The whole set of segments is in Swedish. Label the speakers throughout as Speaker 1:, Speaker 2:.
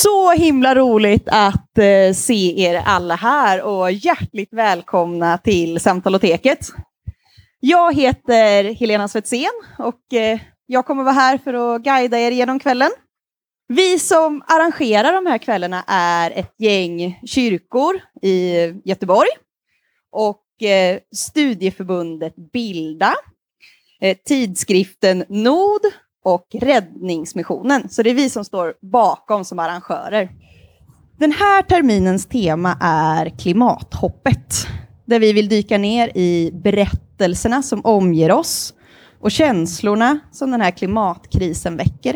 Speaker 1: Så himla roligt att se er alla här och hjärtligt välkomna till Samtaloteket. Jag heter Helena Svetsén och jag kommer vara här för att guida er genom kvällen. Vi som arrangerar de här kvällarna är ett gäng kyrkor i Göteborg och studieförbundet Bilda, tidskriften Nod och Räddningsmissionen. Så det är vi som står bakom som arrangörer. Den här terminens tema är klimathoppet. Där vi vill dyka ner i berättelserna som omger oss och känslorna som den här klimatkrisen väcker.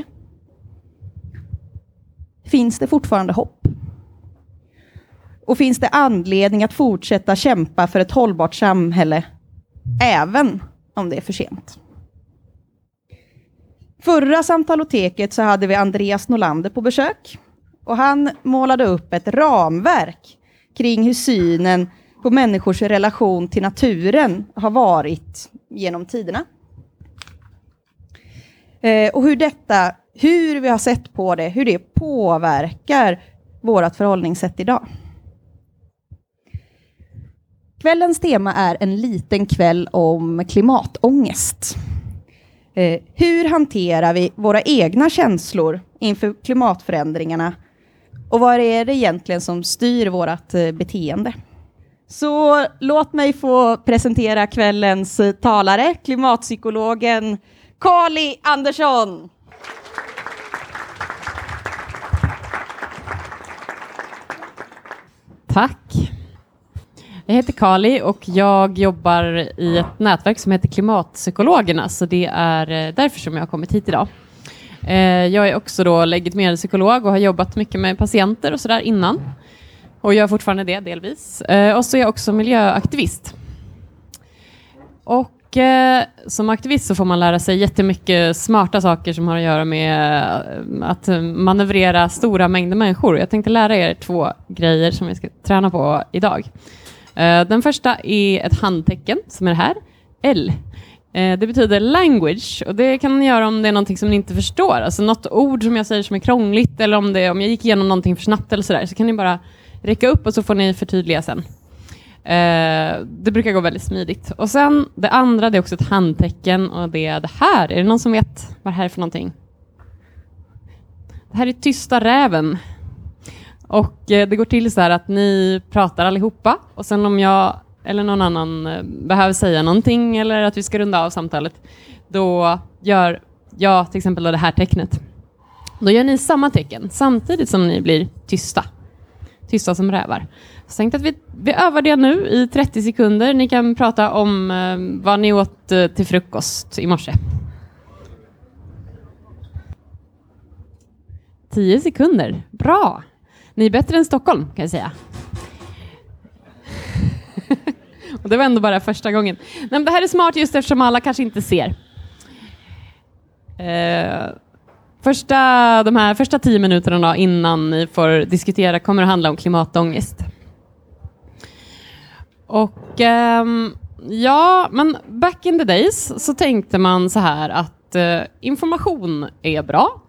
Speaker 1: Finns det fortfarande hopp? Och finns det anledning att fortsätta kämpa för ett hållbart samhälle även om det är för sent? Förra Samtaloteket så hade vi Andreas Norlander på besök och han målade upp ett ramverk kring hur synen på människors relation till naturen har varit genom tiderna. Och hur vi har sett på det, hur det påverkar vårt förhållningssätt idag. Kvällens tema är en liten kväll om klimatångest. Hur hanterar vi våra egna känslor inför klimatförändringarna? Och vad är det egentligen som styr vårt beteende? Så låt mig få presentera kvällens talare, klimatpsykologen Carly Andersson.
Speaker 2: Tack. Jag heter Carly och jag jobbar i ett nätverk som heter Klimatpsykologerna, så det är därför som jag har kommit hit idag. Jag är också då legitimerad psykolog och har jobbat mycket med patienter och sådär innan. Och gör fortfarande det delvis. Och så är jag också miljöaktivist. Och som aktivist så får man lära sig jättemycket smarta saker som har att göra med att manövrera stora mängder människor. Jag tänkte lära er 2 grejer som vi ska träna på idag. Den första är ett handtecken som är det här, L. Det betyder language och det kan ni göra om det är någonting som ni inte förstår. Alltså något ord som jag säger som är krångligt eller om jag gick igenom någonting för snabbt eller sådär, så kan ni bara räcka upp och så får ni förtydliga sen. Det brukar gå väldigt smidigt. Och sen det andra, det är också ett handtecken och det är det här. Är det någon som vet vad det här är för någonting? Det här är tysta räven. Och det går till så här att ni pratar allihopa och sen om jag eller någon annan behöver säga någonting eller att vi ska runda av samtalet, då gör jag till exempel det här tecknet. Då gör ni samma tecken samtidigt som ni blir tysta. Tysta som rävar. Så jag tänkte att vi övar det nu i 30 sekunder. Ni kan prata om vad ni åt till frukost i morse. 10 sekunder. Bra. Ni är bättre än Stockholm kan jag säga. Och det var ändå bara första gången. Nej, men det här är smart just eftersom alla kanske inte ser. De här första 10 minuterna då, innan ni får diskutera kommer att handla om klimatångest. Och men back in the days så tänkte man så här att information är bra.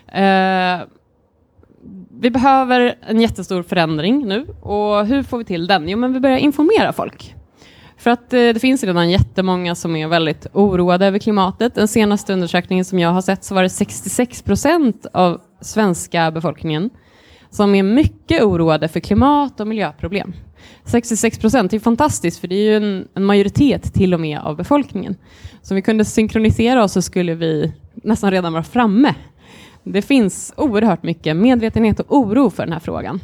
Speaker 2: Vi behöver en jättestor förändring nu. Och hur får vi till den? Jo, men vi börjar informera folk. För att det finns redan jättemånga som är väldigt oroade över klimatet. Den senaste undersökningen som jag har sett så var det 66% av svenska befolkningen som är mycket oroade för klimat- och miljöproblem. 66% är fantastiskt för det är ju en majoritet till och med av befolkningen. Så om vi kunde synkronisera oss så skulle vi nästan redan vara framme. Det finns oerhört mycket medvetenhet och oro för den här frågan.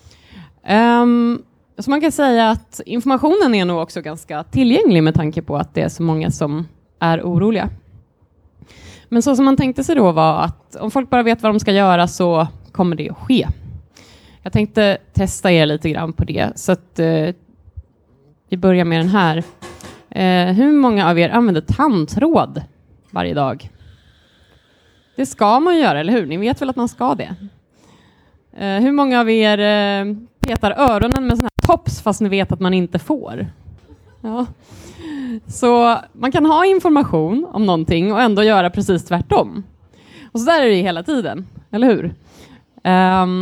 Speaker 2: Så man kan säga att informationen är nog också ganska tillgänglig med tanke på att det är så många som är oroliga. Men så som man tänkte sig då var att om folk bara vet vad de ska göra så kommer det att ske. Jag tänkte testa er lite grann på det. Så att vi börjar med den här. Hur många av er använder tandtråd varje dag? Det ska man göra, eller hur? Ni vet väl att man ska det. Hur många av er petar öronen med såna här tops fast ni vet att man inte får? Ja. Så man kan ha information om någonting och ändå göra precis tvärtom. Och så där är det hela tiden, eller hur?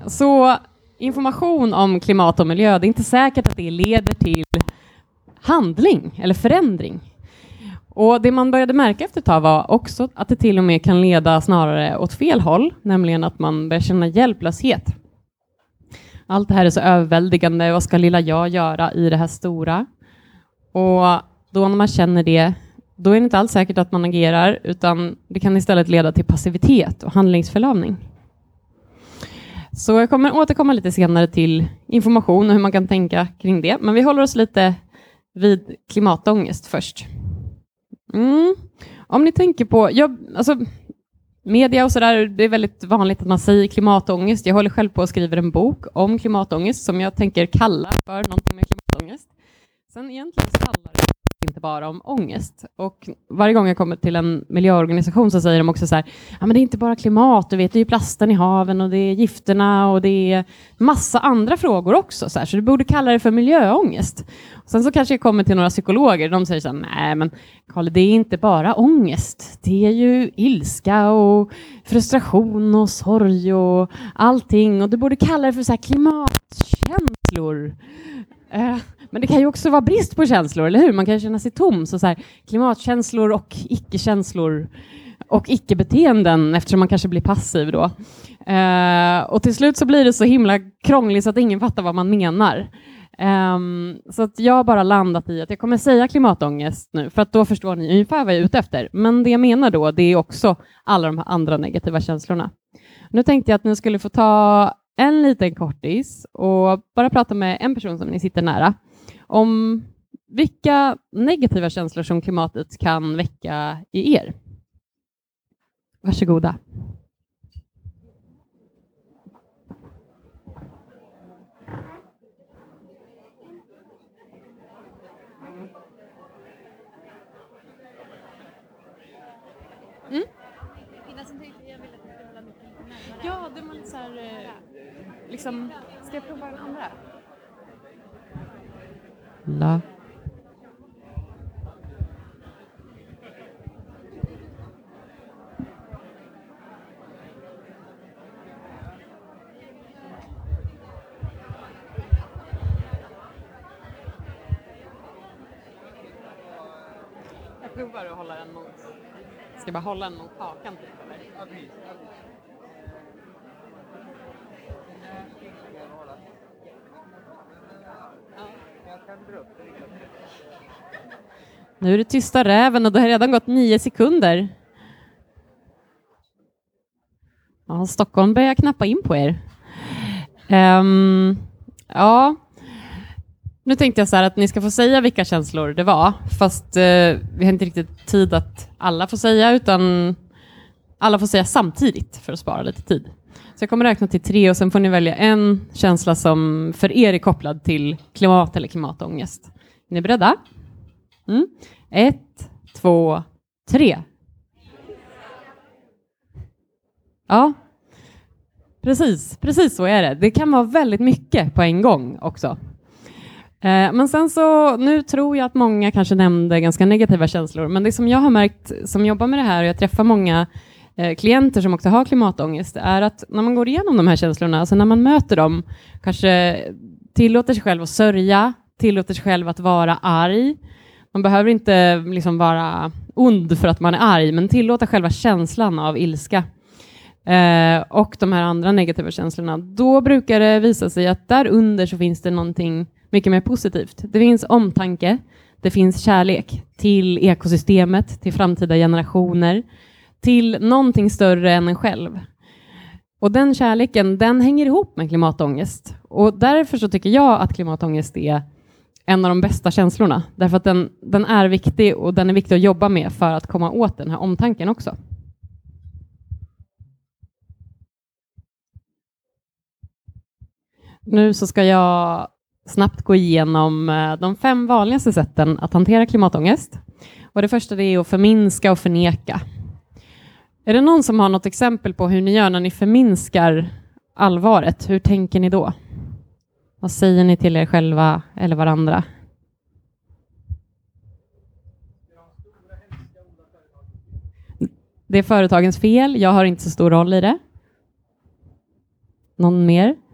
Speaker 2: Så information om klimat och miljö, det är inte säkert att det leder till handling eller förändring. Och det man började märka efter ett tag var också att det till och med kan leda snarare åt fel håll, nämligen att man börjar känna hjälplöshet. Allt det här är så överväldigande, vad ska lilla jag göra i det här stora? Och då när man känner det, då är det inte alls säkert att man agerar, utan det kan istället leda till passivitet och handlingsförlamning. Så jag kommer återkomma lite senare till information och hur man kan tänka kring det. Men vi håller oss lite vid klimatångest först. Om ni tänker på, media och sådär, det är väldigt vanligt att man säger klimatångest. Jag håller själv på att skriva en bok om klimatångest som jag tänker kalla för någonting med klimatångest. Sen egentligen så handlar det inte bara om ångest. Och varje gång jag kommer till en miljöorganisation så säger de också så här, ja men det är inte bara klimat, du vet, det är ju plasten i haven och det är gifterna och det är massa andra frågor också. Så du borde kalla det för miljöångest. Och sen så kanske jag kommer till några psykologer, de säger så här, nej men Karl, det är inte bara ångest. Det är ju ilska och frustration och sorg och allting. Och du borde kalla det för så här klimatkänslor. Men det kan ju också vara brist på känslor, eller hur? Man kan känna sig tom. Så här, klimatkänslor och icke-känslor och icke-beteenden eftersom man kanske blir passiv då. Och till slut så blir det så himla krångligt så att ingen fattar vad man menar. Så att jag har bara landat i att jag kommer säga klimatångest nu för att då förstår ni ungefär vad jag är ute efter. Men det jag menar då, det är också alla de här andra negativa känslorna. Nu tänkte jag att ni skulle få ta en liten kortis och bara prata med en person som ni sitter nära om vilka negativa känslor som klimatet kan väcka i er. Varsågoda. Ja, det var lite så här, liksom, ska jag prova den andra? La. Jag provar att hålla den mot. Ska jag bara hålla den mot hakan typ, eller? Nu är det tysta räven och det har redan gått 9 sekunder. Ja, Stockholm börjar knappa in på er. Ja, nu tänkte jag så här att ni ska få säga vilka känslor det var. Fast vi har inte riktigt tid att alla får säga, utan alla får säga samtidigt för att spara lite tid. Så jag kommer räkna till 3 och sen får ni välja en känsla som för er är kopplad till klimat eller klimatångest. Är ni beredda? 1, 2, 3. Ja, precis så är det. Det kan vara väldigt mycket på en gång också. Men sen så, nu tror jag att många kanske nämnde ganska negativa känslor. Men det som jag har märkt som jobbar med det här, och jag träffar många klienter som också har klimatångest, är att när man går igenom de här känslorna, alltså när man möter dem, kanske tillåter sig själv att sörja, tillåter sig själv att vara arg. Man behöver inte liksom vara ond för att man är arg, men tillåta själva känslan av ilska. Och de här andra negativa känslorna, då brukar det visa sig att där under så finns det någonting mycket mer positivt. Det finns omtanke, det finns kärlek till ekosystemet, till framtida generationer, till någonting större än en själv. Och den kärleken, den hänger ihop med klimatångest. Och därför så tycker jag att klimatångest är en av de bästa känslorna. Därför att den är viktig, och den är viktig att jobba med för att komma åt den här omtanken också. Nu så ska jag snabbt gå igenom de 5 vanligaste sätten att hantera klimatångest. Och det första, det är att förminska och förneka. Är det någon som har något exempel på hur ni gör när ni förminskar allvaret? Hur tänker ni då? Vad säger ni till er själva eller varandra? Det är företagens fel. Jag har inte så stor roll i det. Någon mer?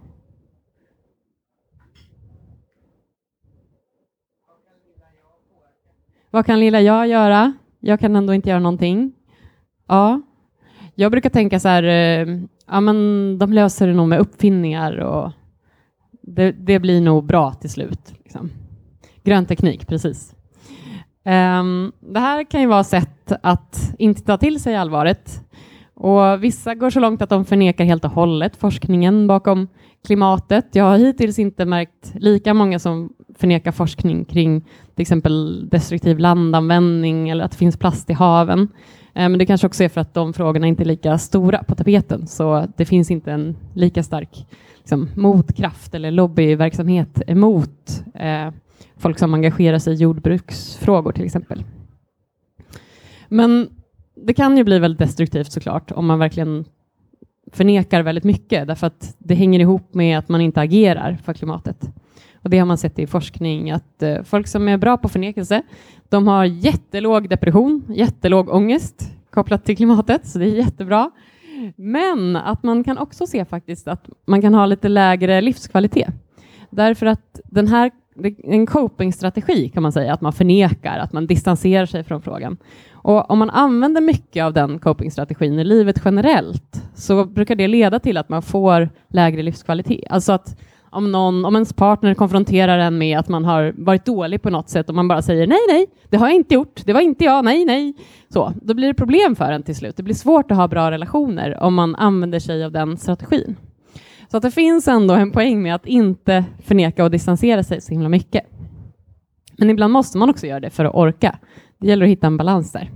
Speaker 2: Vad kan lilla jag göra? Jag kan ändå inte göra någonting. Ja, jag brukar tänka så här, ja men de löser det nog med uppfinningar och det blir nog bra till slut. Liksom. Grön teknik, precis. Det här kan ju vara sätt att inte ta till sig allvaret. Och vissa går så långt att de förnekar helt och hållet forskningen bakom klimatet. Jag har hittills inte märkt lika många som förnekar forskning kring till exempel destruktiv landanvändning eller att det finns plast i haven. Men det kanske också är för att de frågorna inte är lika stora på tapeten, så det finns inte en lika stark liksom, motkraft eller lobbyverksamhet emot folk som engagerar sig i jordbruksfrågor till exempel. Men det kan ju bli väldigt destruktivt såklart om man verkligen förnekar väldigt mycket, därför att det hänger ihop med att man inte agerar för klimatet. Och det har man sett i forskning, att folk som är bra på förnekelse, de har jättelåg depression, jättelåg ångest kopplat till klimatet, så det är jättebra. Men att man kan också se faktiskt att man kan ha lite lägre livskvalitet. Därför att det är en copingstrategi kan man säga, att man förnekar, att man distanserar sig från frågan. Och om man använder mycket av den copingstrategin i livet generellt, så brukar det leda till att man får lägre livskvalitet. Alltså att om ens partner konfronterar en med att man har varit dålig på något sätt och man bara säger nej, det har jag inte gjort, det var inte jag, nej. Så, då blir det problem för en till slut. Det blir svårt att ha bra relationer om man använder sig av den strategin. Så att det finns ändå en poäng med att inte förneka och distansera sig så himla mycket. Men ibland måste man också göra det för att orka. Det gäller att hitta en balans där.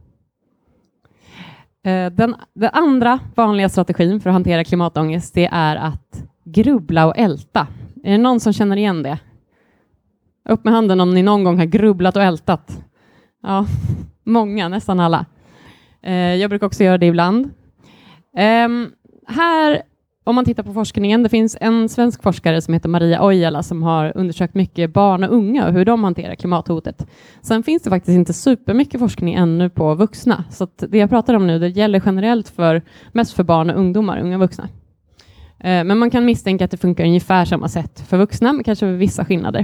Speaker 2: Den andra vanliga strategin för att hantera klimatångest, det är att grubbla och älta. Är det någon som känner igen det? Upp med handen om ni någon gång har grubblat och ältat. Ja, många, nästan alla. Jag brukar också göra det ibland. Här, om man tittar på forskningen, det finns en svensk forskare som heter Maria Ojala som har undersökt mycket barn och unga och hur de hanterar klimathotet. Sen finns det faktiskt inte supermycket forskning ännu på vuxna. Så att det jag pratar om nu, det gäller generellt mest för barn och ungdomar, unga vuxna. Men man kan misstänka att det funkar ungefär samma sätt för vuxna, men kanske med vissa skillnader.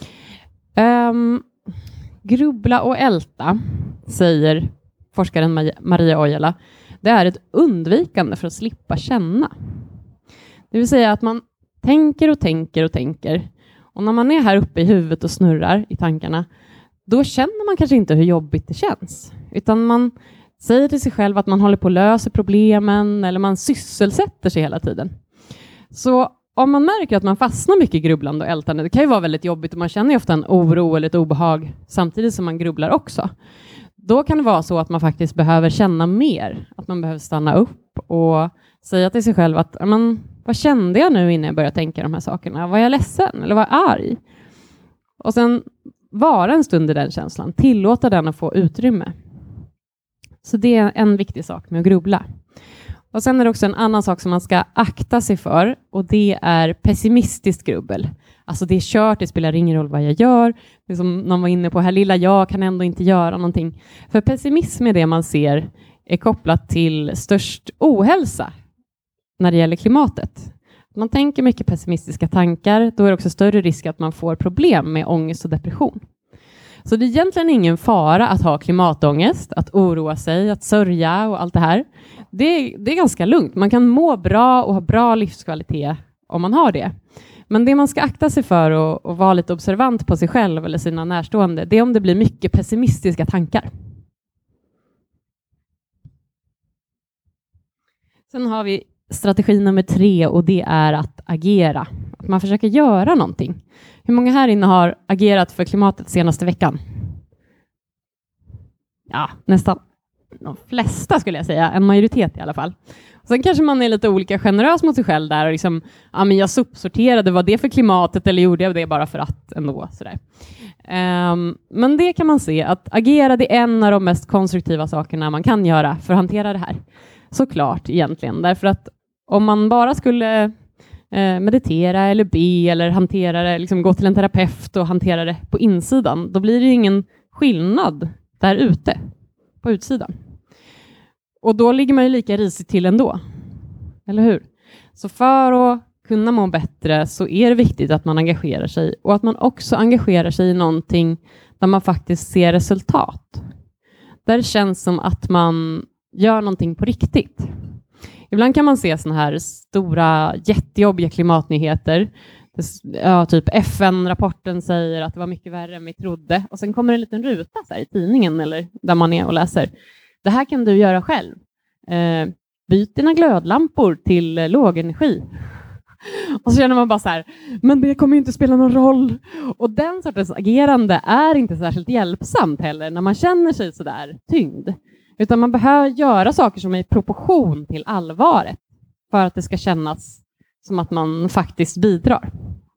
Speaker 2: Grubbla och älta, säger forskaren Maria Ojala, det är ett undvikande för att slippa känna. Det vill säga att man tänker och tänker och tänker. Och när man är här uppe i huvudet och snurrar i tankarna, då känner man kanske inte hur jobbigt det känns. Utan man säger till sig själv att man håller på att lösa problemen, eller man sysselsätter sig hela tiden. Så om man märker att man fastnar mycket i grubblande och ältande, det kan ju vara väldigt jobbigt och man känner ju ofta en oro eller ett obehag samtidigt som man grubblar också. Då kan det vara så att man faktiskt behöver känna mer. Att man behöver stanna upp och säga till sig själv att vad kände jag nu innan jag började tänka de här sakerna? Var jag ledsen eller var jag arg? Och sen vara en stund i den känslan. Tillåta den att få utrymme. Så det är en viktig sak med att grubbla. Och sen är det också en annan sak som man ska akta sig för. Och det är pessimistiskt grubbel. Alltså det är kört, det spelar ingen roll vad jag gör. Det är som någon var inne på här, lilla jag kan ändå inte göra någonting. För pessimism är det man ser är kopplat till störst ohälsa när det gäller klimatet. Om man tänker mycket pessimistiska tankar, då är det också större risk att man får problem med ångest och depression. Så det är egentligen ingen fara att ha klimatångest, att oroa sig, att sörja och allt det här. Det är ganska lugnt. Man kan må bra och ha bra livskvalitet om man har det. Men det man ska akta sig för och vara lite observant på sig själv eller sina närstående, det är om det blir mycket pessimistiska tankar. Sen har vi strategi nummer 3 och det är att agera. Att man försöker göra någonting. Hur många här inne har agerat för klimatet senaste veckan? Ja, nästan de flesta skulle jag säga. En majoritet i alla fall. Sen kanske man är lite olika generös mot sig själv där. Och liksom, ja, men jag sopsorterade, var det för klimatet eller gjorde jag det bara för att ändå? Sådär. Men det kan man se att agera, det är en av de mest konstruktiva sakerna man kan göra för att hantera det här. Såklart egentligen. Därför att om man bara skulle meditera eller be eller hantera det, liksom gå till en terapeut och hantera det på insidan, då blir det ingen skillnad där ute på utsidan. Och då ligger man ju lika risigt till ändå. Eller hur? Så för att kunna må bättre så är det viktigt att man engagerar sig och att man också engagerar sig i någonting där man faktiskt ser resultat. Där det känns som att man gör någonting på riktigt. Ibland kan man se såna här stora, jättejobbiga klimatnyheter. Ja, typ FN-rapporten säger att det var mycket värre än vi trodde. Och sen kommer en liten ruta så här, i tidningen eller där man är och läser. Det här kan du göra själv. Byt dina glödlampor till lågenergi. Och så känner man bara så här, men det kommer ju inte spela någon roll. Och den sortens agerande är inte särskilt hjälpsamt heller när man känner sig så där tyngd. Utan man behöver göra saker som är i proportion till allvaret för att det ska kännas som att man faktiskt bidrar.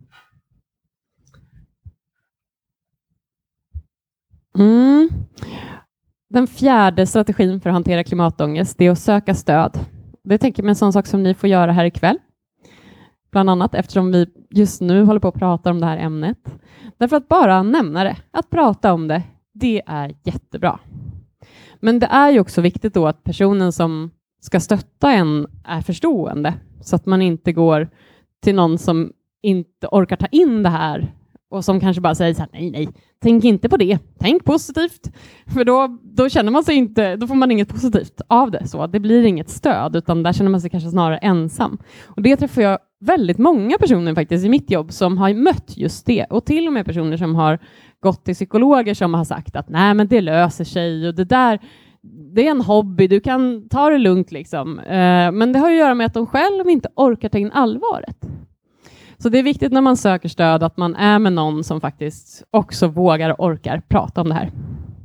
Speaker 2: Den fjärde strategin för att hantera klimatångest är att söka stöd. Det tänker jag med en sån sak som ni får göra här ikväll. Bland annat eftersom vi just nu håller på att prata om det här ämnet. Därför att bara nämna det, att prata om det, det är jättebra. Men det är ju också viktigt då att personen som ska stötta en är förstående. Så att man inte går till någon som inte orkar ta in det här. Och som kanske bara säger så här, nej, tänk inte på det. Tänk positivt. För då känner man sig inte, då får man inget positivt av det. Så det blir inget stöd, utan där känner man sig kanske snarare ensam. Och det träffar jag väldigt många personer faktiskt i mitt jobb som har mött just det. Och till och med personer som har gått till psykologer som har sagt att nej, men det löser sig och det där, det är en hobby, du kan ta det lugnt liksom. Men det har att göra med att de själva inte orkar ta in allvaret. Så det är viktigt när man söker stöd att man är med någon som faktiskt också vågar och orkar prata om det här.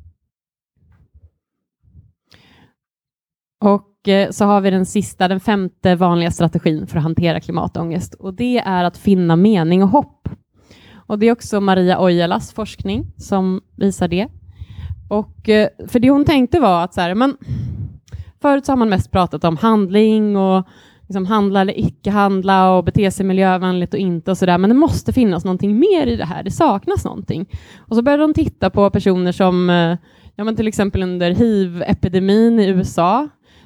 Speaker 2: Och så har vi den femte vanliga strategin för att hantera klimatångest. Och det är att finna mening och hopp. Och det är också Maria Oijalas forskning som visar det. Och för det hon tänkte var att så här, men förut så har man mest pratat om handling och liksom handla eller icke handla och bete sig miljövänligt och inte och sådär. Men det måste finnas någonting mer i det här. Det saknas någonting. Och så började de titta på personer som, men till exempel under HIV-epidemin i USA.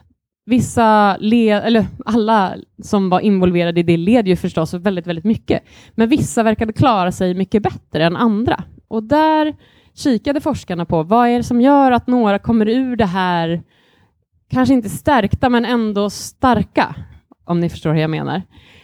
Speaker 2: Alla som var involverade i det led ju förstås väldigt, väldigt mycket. Men vissa verkade klara sig mycket bättre än andra. Och där kikade forskarna på vad är det som gör att några kommer ur det här, kanske inte stärkta men ändå starka. Om ni förstår hur jag menar.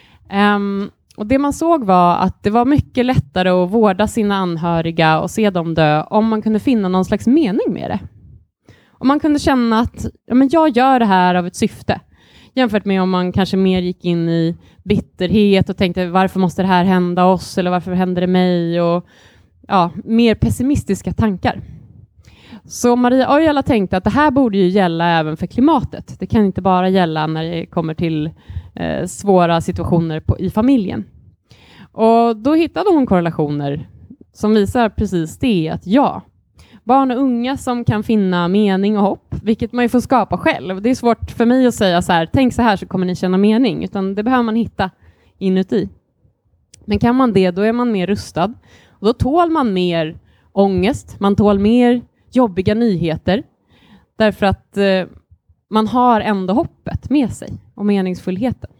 Speaker 2: Och det man såg var att det var mycket lättare att vårda sina anhöriga och se dem dö om man kunde finna någon slags mening med det. Om man kunde känna att jag gör det här av ett syfte. Jämfört med om man kanske mer gick in i bitterhet och tänkte varför måste det här hända oss eller varför händer det mig och mer pessimistiska tankar. Så Maria Oijala tänkte att det här borde ju gälla även för klimatet. Det kan inte bara gälla när det kommer till svåra situationer i familjen. Och då hittade hon korrelationer som visar precis det, att barn och unga som kan finna mening och hopp, vilket man ju får skapa själv. Det är svårt för mig att säga så här, tänk så här så kommer ni känna mening, utan det behöver man hitta inuti. Men kan man det, då är man mer rustad. Och då tål man mer ångest, man tål mer jobbiga nyheter. Därför att man har ändå hoppet med sig och meningsfullheten.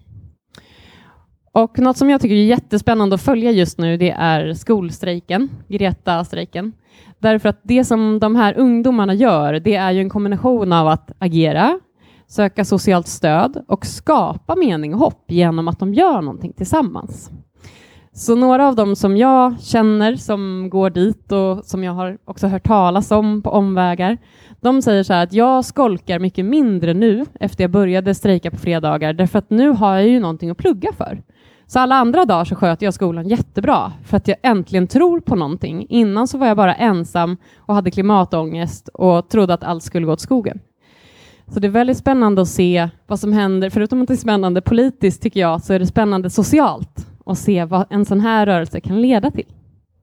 Speaker 2: Och något som jag tycker är jättespännande att följa just nu, det är skolstrejken, Greta-strejken. Därför att det som de här ungdomarna gör, det är ju en kombination av att agera, söka socialt stöd och skapa mening och hopp genom att de gör någonting tillsammans. Så några av dem som jag känner som går dit och som jag har också hört talas om på omvägar, de säger så här att jag skolkar mycket mindre nu efter jag började strejka på fredagar, därför att nu har jag ju någonting att plugga för. Så alla andra dagar så sköter jag skolan jättebra för att jag äntligen tror på någonting. Innan så var jag bara ensam och hade klimatångest och trodde att allt skulle gå åt skogen. Så det är väldigt spännande att se vad som händer. Förutom att det är spännande politiskt tycker jag, så är det spännande socialt att se vad en sån här rörelse kan leda till.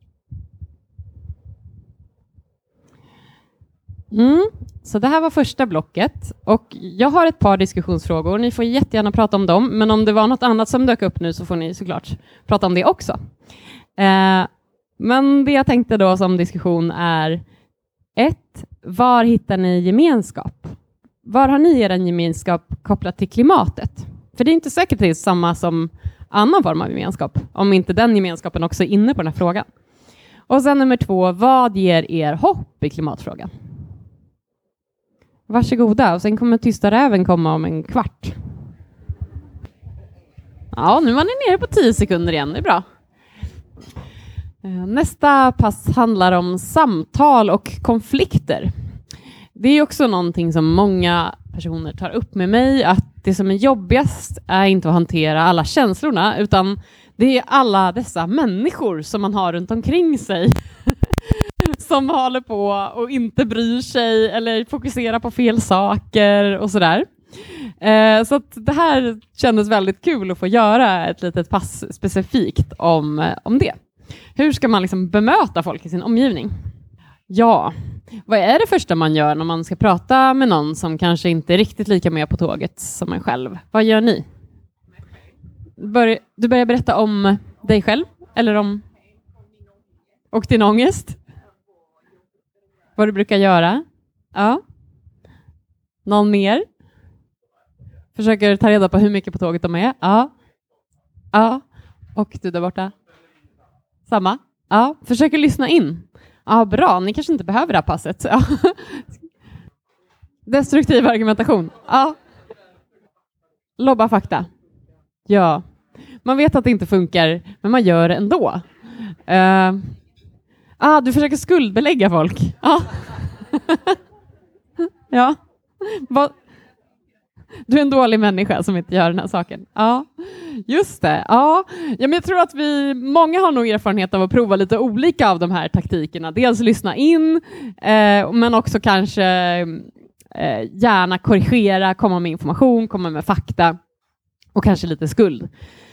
Speaker 2: Så det här var första blocket och jag har ett par diskussionsfrågor. Ni får jättegärna prata om dem, men om det var något annat som dök upp nu så får ni såklart prata om det också. Men det jag tänkte då som diskussion är 1. Var hittar ni gemenskap? Var har ni er gemenskap kopplat till klimatet? För det är inte säkert det är samma som annan form av gemenskap, om inte den gemenskapen också är inne på den här frågan. Och sen nummer 2, vad ger er hopp i klimatfrågan? Varsågoda, och sen kommer tysta räven komma om en kvart. Ja, nu var ni nere på 10 sekunder igen, det är bra. Nästa pass handlar om samtal och konflikter. Det är också någonting som många personer tar upp med mig, att det som är jobbigast är inte att hantera alla känslorna, utan det är alla dessa människor som man har runt omkring sig som håller på och inte bryr sig eller fokuserar på fel saker och sådär. Så att det här kändes väldigt kul att få göra ett litet pass specifikt om det. Hur ska man liksom bemöta folk i sin omgivning? Ja, vad är det första man gör när man ska prata med någon som kanske inte är riktigt lika med på tåget som en själv? Vad gör ni? Du börjar berätta om dig själv eller om och din ångest? Vad du brukar göra? Ja. Någon mer? Försöker ta reda på hur mycket på tåget de är? Ja. Ja. Och du där borta? Samma? Ja. Försöker lyssna in. Ja, bra. Ni kanske inte behöver det här passet. Ja. Destruktiv argumentation. Ja. Lobba fakta. Ja. Man vet att det inte funkar, men man gör det ändå. Du försöker skuldbelägga folk. Ja. Ja. Du är en dålig människa som inte gör den här saken. Ja, just det. Ja, men jag tror att många har nog erfarenhet av att prova lite olika av de här taktikerna. Dels lyssna in, men också kanske gärna korrigera, komma med information, komma med fakta och kanske lite skuld.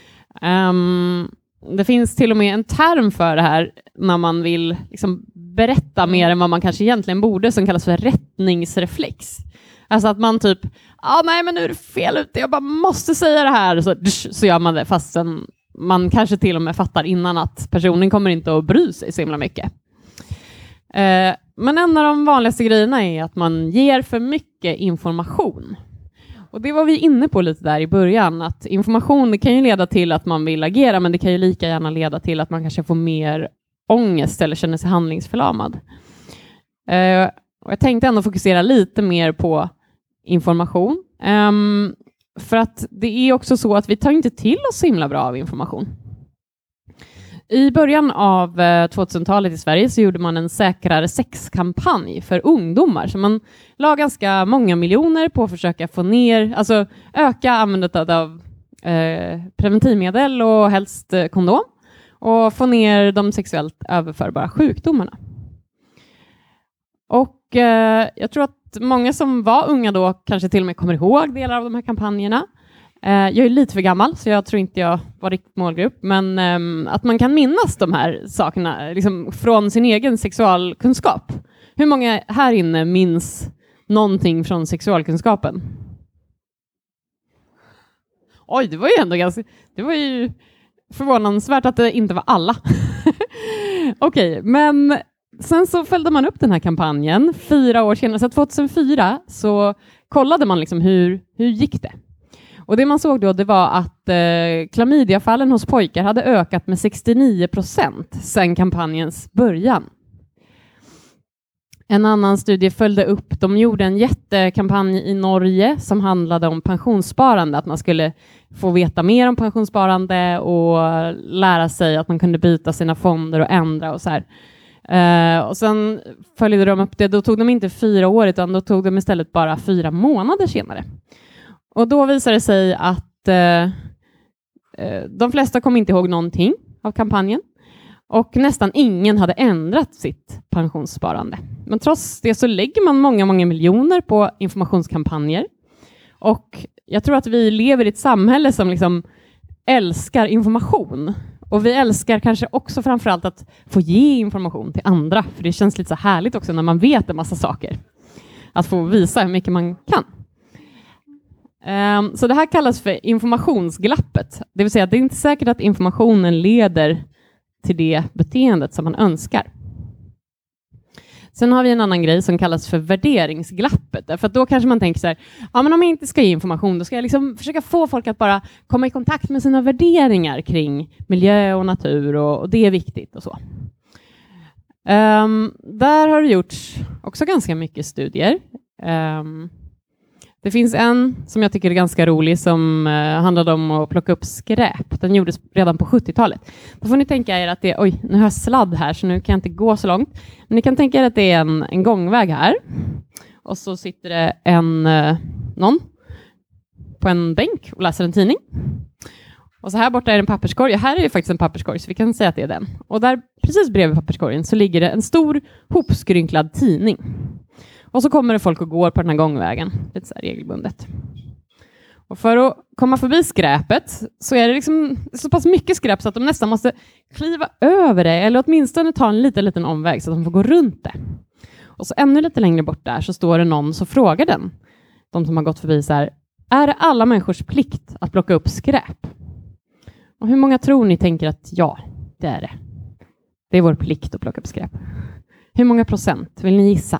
Speaker 2: Det finns till och med en term för det här när man vill liksom berätta mer än vad man kanske egentligen borde, som kallas för rättningsreflex. Alltså att man typ, nej men nu är det fel ute, jag bara måste säga det här. Så gör man det, fast man kanske till och med fattar innan att personen kommer inte att bry sig så himla mycket. Men en av de vanligaste grejerna är att man ger för mycket information. Och det var vi inne på lite där i början, att information, det kan ju leda till att man vill agera, men det kan ju lika gärna leda till att man kanske får mer ångest eller känner sig handlingsförlamad. Och jag tänkte ändå fokusera lite mer på information. För att det är också så att vi tar inte till oss så himla bra av information. I början av 2000-talet i Sverige så gjorde man en säkrare sexkampanj för ungdomar. Så man la ganska många miljoner på att försöka få ner, alltså öka användandet av preventivmedel och helst kondom. Och få ner de sexuellt överförbara sjukdomarna. Och jag tror att många som var unga då kanske till och med kommer ihåg delar av de här kampanjerna. Jag är lite för gammal så jag tror inte jag var riktigt målgrupp. Men att man kan minnas de här sakerna liksom från sin egen sexualkunskap. Hur många här inne minns någonting från sexualkunskapen? Oj, det var ju ändå det var ju förvånansvärt att det inte var alla. Okej, men sen så följde man upp den här kampanjen 4 år senare. Så 2004 så kollade man liksom hur gick det? Och det man såg då, det var att klamydiafallen hos pojkar hade ökat med 69% sedan kampanjens början. En annan studie följde upp, de gjorde en jättekampanj i Norge som handlade om pensionssparande, att man skulle få veta mer om pensionssparande och lära sig att man kunde byta sina fonder och ändra och så här. Och sen följde de upp det, då tog de inte 4 år utan då tog de istället bara 4 månader senare. Och då visade det sig att de flesta kom inte ihåg någonting av kampanjen. Och nästan ingen hade ändrat sitt pensionssparande. Men trots det så lägger man många miljoner på informationskampanjer. Och jag tror att vi lever i ett samhälle som liksom älskar information. Och vi älskar kanske också framförallt att få ge information till andra. För det känns lite så härligt också när man vet en massa saker. Att få visa hur mycket man kan. Så det här kallas för informationsglappet. Det vill säga att det är inte säkert att informationen leder till det beteendet som man önskar. Sen har vi en annan grej som kallas för värderingsglappet. Därför att då kanske man tänker så här, ja men om jag inte ska ge information då ska jag liksom försöka få folk att bara komma i kontakt med sina värderingar kring miljö och natur och det är viktigt och så. Där har det gjorts också ganska mycket studier. Det finns en som jag tycker är ganska rolig som handlade om att plocka upp skräp. Den gjordes redan på 70-talet. Då får ni tänka er att det är, oj, nu har jag sladd här så nu kan jag inte gå så långt. Men ni kan tänka er att det är en gångväg här. Och så sitter det någon på en bänk och läser en tidning. Och så här borta är en papperskorg. Och här är det faktiskt en papperskorg så vi kan säga att det är den. Och där precis bredvid papperskorgen så ligger det en stor hopskrynklad tidning. Och så kommer det folk och går på den här gångvägen. Lite så här regelbundet. Och för att komma förbi skräpet så är det liksom så pass mycket skräp så att de nästan måste kliva över det. Eller åtminstone ta en liten omväg så att de får gå runt det. Och så ännu lite längre bort där så står det någon så frågar de som har gått förbi så här. Är det alla människors plikt att plocka upp skräp? Och hur många tror ni tänker att ja, det är det. Det är vår plikt att plocka upp skräp. Hur många procent vill ni gissa?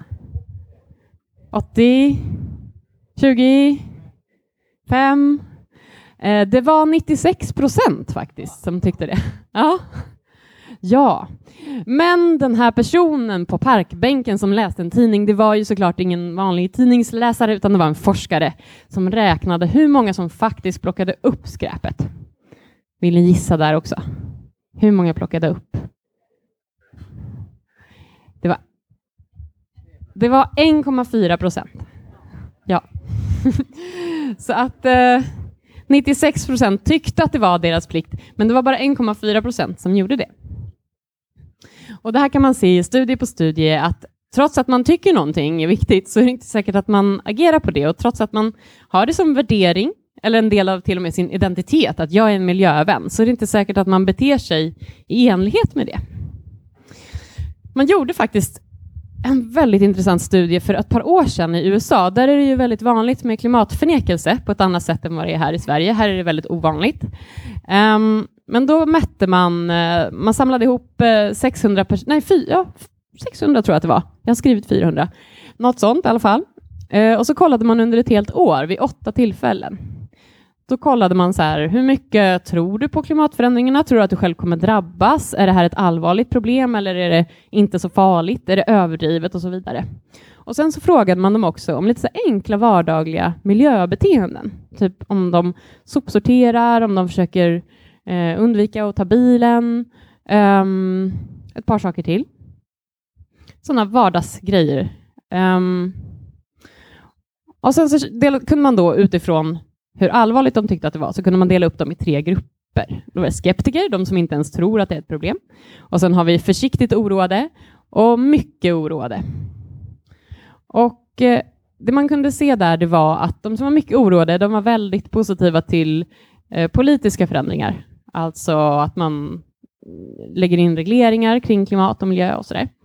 Speaker 2: 80? 20? 5? Det var 96% faktiskt som tyckte det. Ja. Men den här personen på parkbänken som läste en tidning, det var ju såklart ingen vanlig tidningsläsare utan det var en forskare som räknade hur många som faktiskt plockade upp skräpet. Vill ni gissa där också? Hur många plockade upp? Det var 1,4%. Ja. Så att 96% tyckte att det var deras plikt. Men det var bara 1,4% som gjorde det. Och det här kan man se i studie på studie att trots att man tycker någonting är viktigt så är det inte säkert att man agerar på det. Och trots att man har det som värdering eller en del av till och med sin identitet att jag är en miljövän så är det inte säkert att man beter sig i enlighet med det. Man gjorde faktiskt en väldigt intressant studie för ett par år sedan i USA. Där är det ju väldigt vanligt med klimatförnekelse på ett annat sätt än vad det är här i Sverige. Här är det väldigt ovanligt. Men då mätte man samlade ihop 600 600 tror jag att det var. Jag har skrivit 400. Något sånt i alla fall. Och så kollade man under ett helt år vid 8 tillfällen. Då kollade man så här, hur mycket tror du på klimatförändringarna? Tror du att du själv kommer drabbas? Är det här ett allvarligt problem eller är det inte så farligt? Är det överdrivet och så vidare? Och sen så frågade man dem också om lite så enkla vardagliga miljöbeteenden. Typ om de sopsorterar, om de försöker undvika att ta bilen. Ett par saker till. Sådana vardagsgrejer. Och sen så kunde man då utifrån hur allvarligt de tyckte att det var så kunde man dela upp dem i 3 grupper. Då var det skeptiker, de som inte ens tror att det är ett problem. Och sen har vi försiktigt oroade och mycket oroade. Och det man kunde se där det var att de som var mycket oroade de var väldigt positiva till politiska förändringar. Alltså att man lägger in regleringar kring klimat och miljö och sådär.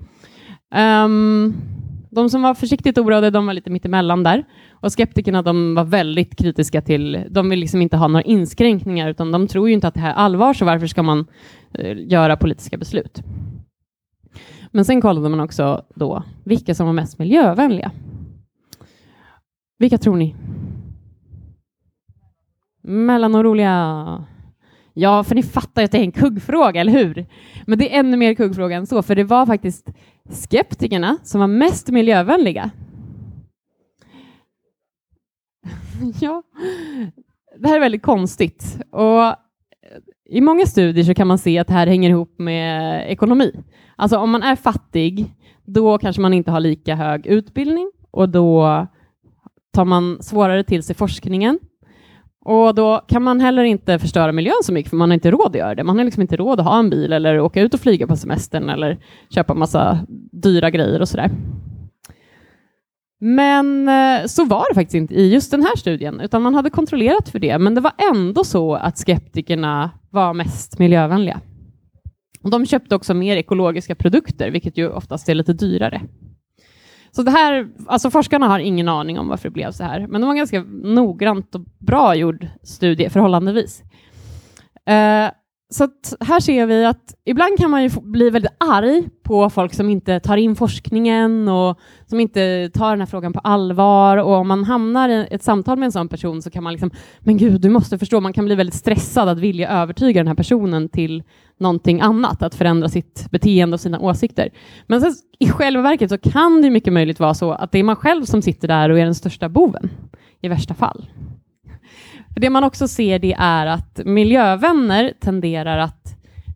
Speaker 2: De som var försiktigt oroade, de var lite mittemellan där. Och skeptikerna, de var väldigt kritiska till, de vill liksom inte ha några inskränkningar utan de tror ju inte att det här är allvar så varför ska man göra politiska beslut. Men sen kollade man också då vilka som var mest miljövänliga. Vilka tror ni? Mellanoroliga. Ja, för ni fattar ju att det är en kuggfråga, eller hur? Men det är ännu mer kuggfråga än så, för det var faktiskt skeptikerna som var mest miljövänliga. Ja, det här är väldigt konstigt. Och i många studier så kan man se att det här hänger ihop med ekonomi. Alltså om man är fattig, då kanske man inte har lika hög utbildning och då tar man svårare till sig forskningen. Och då kan man heller inte förstöra miljön så mycket för man har inte råd att göra det. Man har liksom inte råd att ha en bil eller åka ut och flyga på semestern eller köpa massa dyra grejer och sådär. Men så var det faktiskt inte i just den här studien utan man hade kontrollerat för det. Men det var ändå så att skeptikerna var mest miljövänliga. Och de köpte också mer ekologiska produkter vilket ju oftast är lite dyrare. Så det här, alltså forskarna har ingen aning om varför det blev så här. Men det var en ganska noggrant och bra gjord studie förhållandevis. Så att här ser vi att ibland kan man ju bli väldigt arg på folk som inte tar in forskningen och som inte tar den här frågan på allvar. Och om man hamnar i ett samtal med en sån person så kan man liksom, men gud, du måste förstå, man kan bli väldigt stressad att vilja övertyga den här personen till någonting annat, att förändra sitt beteende och sina åsikter. Men sen, i själva verket så kan det mycket möjligt vara så att det är man själv som sitter där och är den största boven i värsta fall. Det man också ser, det är att miljövänner tenderar att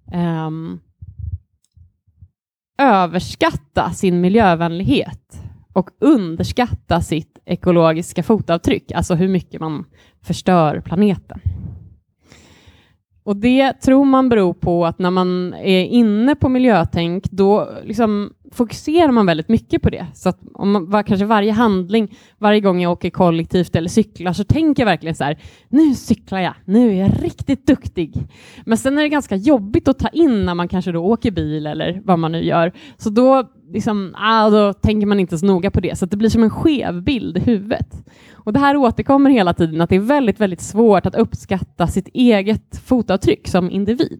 Speaker 2: överskatta sin miljövänlighet och underskatta sitt ekologiska fotavtryck, alltså hur mycket man förstör planeten. Och det tror man beror på att när man är inne på miljötänk, då liksom fokuserar man väldigt mycket på det. Så att om man, kanske varje handling, varje gång jag åker kollektivt eller cyklar, så tänker jag verkligen så här, nu cyklar jag, nu är jag riktigt duktig. Men sen är det ganska jobbigt att ta in när man kanske då åker bil eller vad man nu gör. Så då, liksom, då tänker man inte så noga på det. Så att det blir som en skev bild i huvudet. Och det här återkommer hela tiden, att det är väldigt, väldigt svårt att uppskatta sitt eget fotavtryck som individ.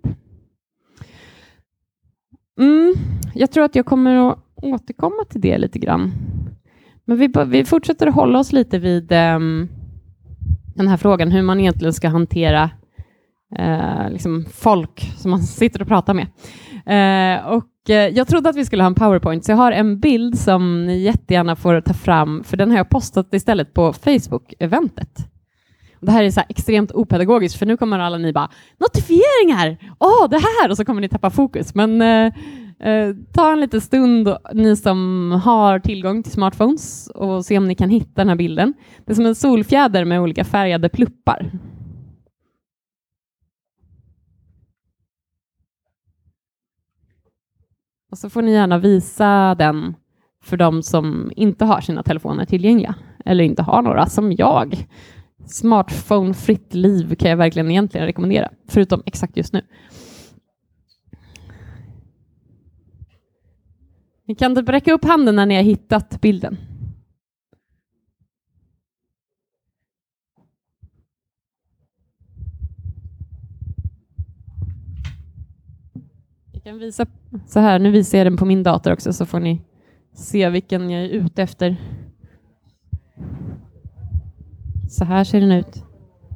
Speaker 2: Jag tror att jag kommer att återkomma till det lite grann. Men vi fortsätter att hålla oss lite vid den här frågan, hur man egentligen ska hantera liksom folk som man sitter och pratar med. Jag trodde att vi skulle ha en PowerPoint, så jag har en bild som ni jättegärna får ta fram, för den har jag postat istället på Facebook-eventet. Det här är så här extremt opedagogiskt, för nu kommer alla ni bara, notifieringar! Det här! Och så kommer ni tappa fokus. Men ta en liten stund, ni som har tillgång till smartphones, och se om ni kan hitta den här bilden. Det är som en solfjäder med olika färgade pluppar. Och så får ni gärna visa den för de som inte har sina telefoner tillgängliga. Eller inte har några, som jag. Smartphone-fritt liv kan jag verkligen egentligen rekommendera. Förutom exakt just nu. Ni kan typ räcka upp handen när ni har hittat bilden. Jag kan visa så här. Nu visar jag den på min dator också, så får ni se vilken jag är ute efter. Så här ser den ut.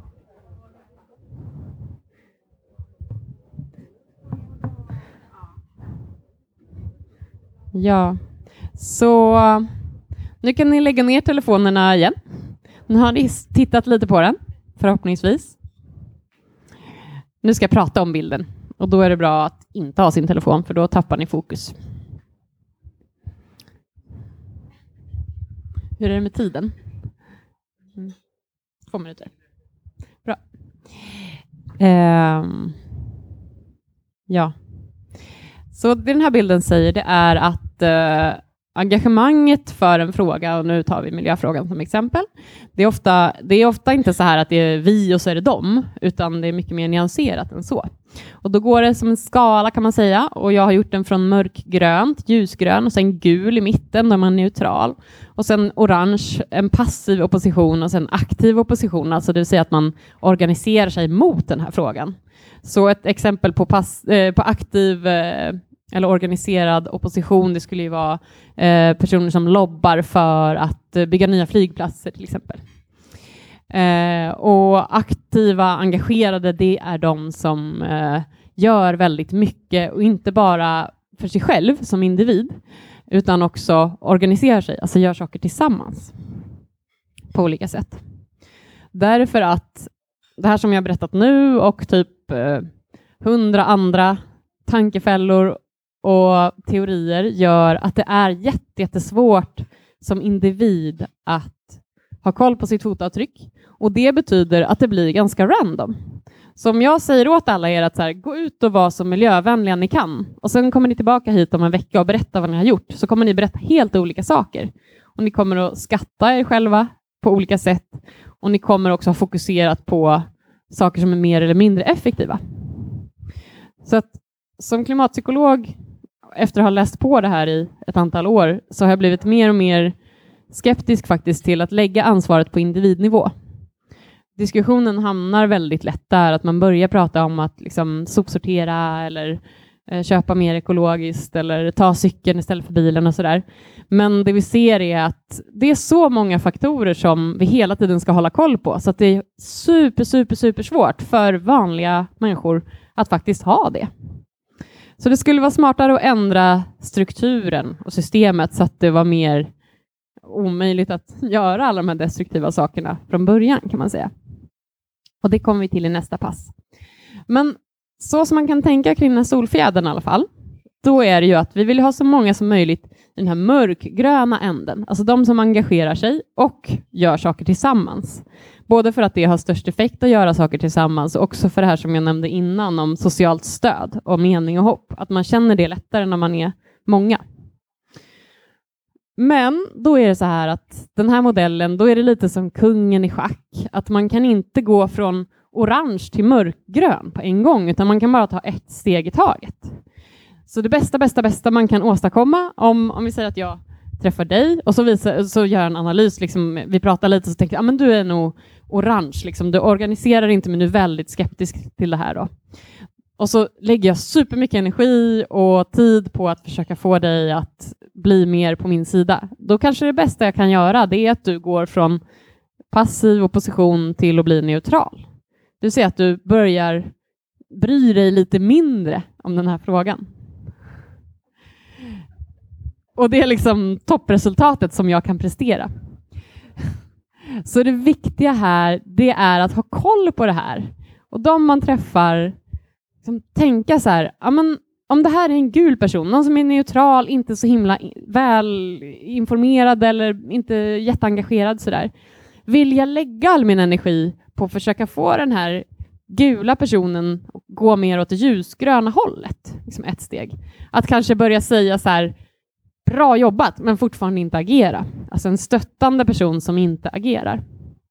Speaker 2: Ja, så nu kan ni lägga ner telefonerna igen. Nu har ni tittat lite på den, förhoppningsvis. Nu ska jag prata om bilden. Och då är det bra att inte ha sin telefon, för då tappar ni fokus. Hur är det med tiden? 2 minuter. Bra. Ja. Så det den här bilden säger, det är att engagemanget för en fråga, och nu tar vi miljöfrågan som exempel, det är ofta inte så här att det är vi och så är det dem, utan det är mycket mer nyanserat än så. Och då går det som en skala, kan man säga, och jag har gjort den från mörkgrönt, ljusgrön, och sen gul i mitten där man är neutral, och sen orange, en passiv opposition, och sen aktiv opposition, alltså det vill säga att man organiserar sig mot den här frågan. Så ett exempel på aktiv eller organiserad opposition, det skulle ju vara personer som lobbar för att bygga nya flygplatser till exempel. Och aktiva, engagerade, det är de som gör väldigt mycket, och inte bara för sig själv som individ, utan också organiserar sig, alltså gör saker tillsammans på olika sätt. Därför att det här som jag har berättat nu och typ 100 andra tankefällor och teorier gör att det är jättesvårt som individ att ha koll på sitt fotavtryck, och det betyder att det blir ganska random. Så om jag säger åt alla er att så här, gå ut och vara så miljövänliga ni kan, och sen kommer ni tillbaka hit om en vecka och berätta vad ni har gjort, så kommer ni berätta helt olika saker, och ni kommer att skatta er själva på olika sätt, och ni kommer också ha fokuserat på saker som är mer eller mindre effektiva. Så att som klimatpsykolog, efter att ha läst på det här i ett antal år, så har jag blivit mer och mer skeptisk faktiskt till att lägga ansvaret på individnivå. diskussionen hamnar väldigt lätt där, att man börjar prata om att liksom sopsortera eller köpa mer ekologiskt eller ta cykeln istället för bilen och sådär. Men det vi ser är att det är så många faktorer som vi hela tiden ska hålla koll på, så att det är super svårt för vanliga människor att faktiskt ha det. Så det skulle vara smartare att ändra strukturen och systemet så att det var mer omöjligt att göra alla de här destruktiva sakerna från början, kan man säga. Och det kommer vi till i nästa pass. Men så som man kan tänka kring den här solfjädern i alla fall, då är det ju att vi vill ha så många som möjligt i den här mörkgröna änden. Alltså de som engagerar sig och gör saker tillsammans. Både för att det har störst effekt att göra saker tillsammans och också för det här som jag nämnde innan om socialt stöd och mening och hopp. Att man känner det lättare när man är många. Men då är det så här att den här modellen, då är det lite som kungen i schack. Att man kan inte gå från orange till mörkgrön på en gång, utan man kan bara ta ett steg i taget. Så det bästa man kan åstadkomma, om vi säger att jag träffar dig och så gör en analys, liksom, vi pratar lite, så tänker jag, men du är nog orange, liksom, du organiserar inte, men du är väldigt skeptisk till det här då. Och så lägger jag supermycket energi och tid på att försöka få dig att bli mer på min sida. Då kanske det bästa jag kan göra, det är att du går från passiv opposition till att bli neutral. Du ser att du börjar bry dig lite mindre om den här frågan. Och det är liksom toppresultatet som jag kan prestera. Så det viktiga här, det är att ha koll på det här. Och de man träffar, liksom, tänka så här, ja, men om det här är en gul person, någon som är neutral, inte så himla väl informerad eller inte jätteengagerad sådär. Vill jag lägga all min energi på att försöka få den här gula personen att gå mer åt det ljusgröna hållet? Liksom ett steg. Att kanske börja säga så här, bra jobbat, men fortfarande inte agera. Alltså en stöttande person som inte agerar.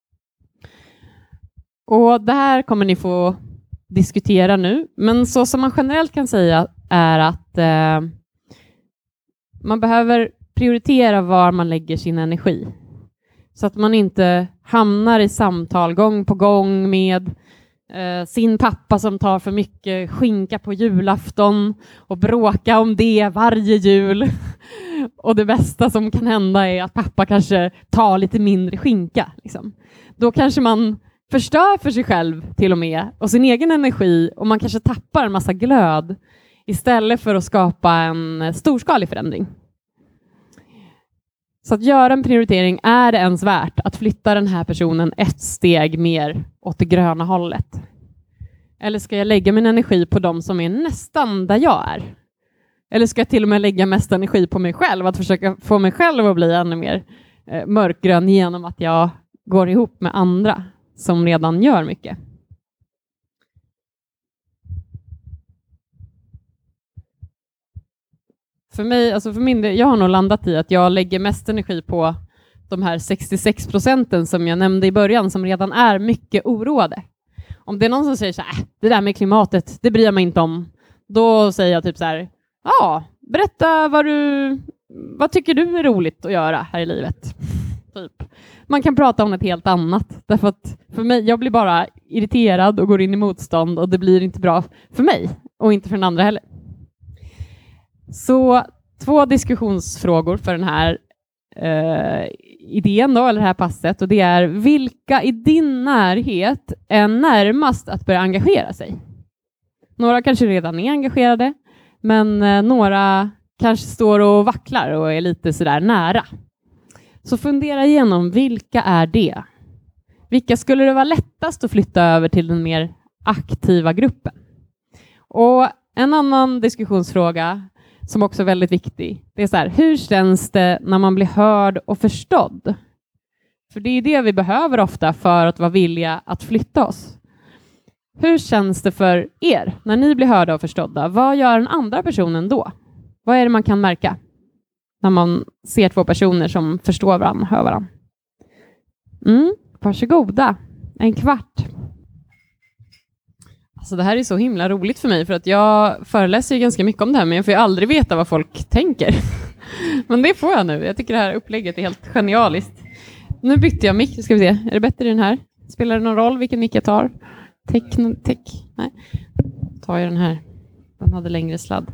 Speaker 2: Och det här kommer ni få diskutera nu. Men så som man generellt kan säga är att man behöver prioritera var man lägger sin energi. Så att man inte hamnar i samtal gång på gång med sin pappa som tar för mycket skinka på julafton och bråka om det varje jul. Och det bästa som kan hända är att pappa kanske tar lite mindre skinka. Liksom. Då kanske man förstör för sig själv till och med och sin egen energi, och man kanske tappar en massa glöd istället för att skapa en storskalig förändring. Så att göra en prioritering, är det ens värt att flytta den här personen ett steg mer åt det gröna hållet? Eller ska jag lägga min energi på de som är nästan där jag är? Eller ska jag till och med lägga mest energi på mig själv, att försöka få mig själv att bli ännu mer mörkgrön genom att jag går ihop med andra som redan gör mycket? För min del, jag har nog landat i att jag lägger mest energi på de här 66% som jag nämnde i början, som redan är mycket oroade. Om det är någon som säger så här, det där med klimatet, det bryr jag mig inte om. Då säger jag typ så här, ja, berätta vad tycker du är roligt att göra här i livet? Typ. Man kan prata om ett helt annat. Därför att för mig, jag blir bara irriterad och går in i motstånd, och det blir inte bra för mig och inte för den andra heller. Så 2 diskussionsfrågor för den här idén då, eller det här passet, och det är: vilka i din närhet är närmast att börja engagera sig? Några kanske redan är engagerade, men några kanske står och vacklar och är lite sådär nära. Så fundera igenom, vilka är det? Vilka skulle det vara lättast att flytta över till den mer aktiva gruppen? Och en annan diskussionsfråga som också är väldigt viktig, det är så här: hur känns det när man blir hörd och förstådd? För det är det vi behöver ofta för att vara villiga att flytta oss. Hur känns det för er när ni blir hörda och förstådda? Vad gör den andra personen då? Vad är det man kan märka när man ser 2 personer som förstår varandra och hör varandra? Varsågoda. 1 kvart. Alltså det här är så himla roligt för mig, för att jag föreläser ju ganska mycket om det här, men jag får ju aldrig veta vad folk tänker. Men det får jag nu. Jag tycker det här upplägget är helt genialiskt. Nu bytte jag mick, ska vi se. Är det bättre i den här? Spelar det någon roll vilken mick jag tar? Tech? Nej. Tar jag den här. Den hade längre sladd.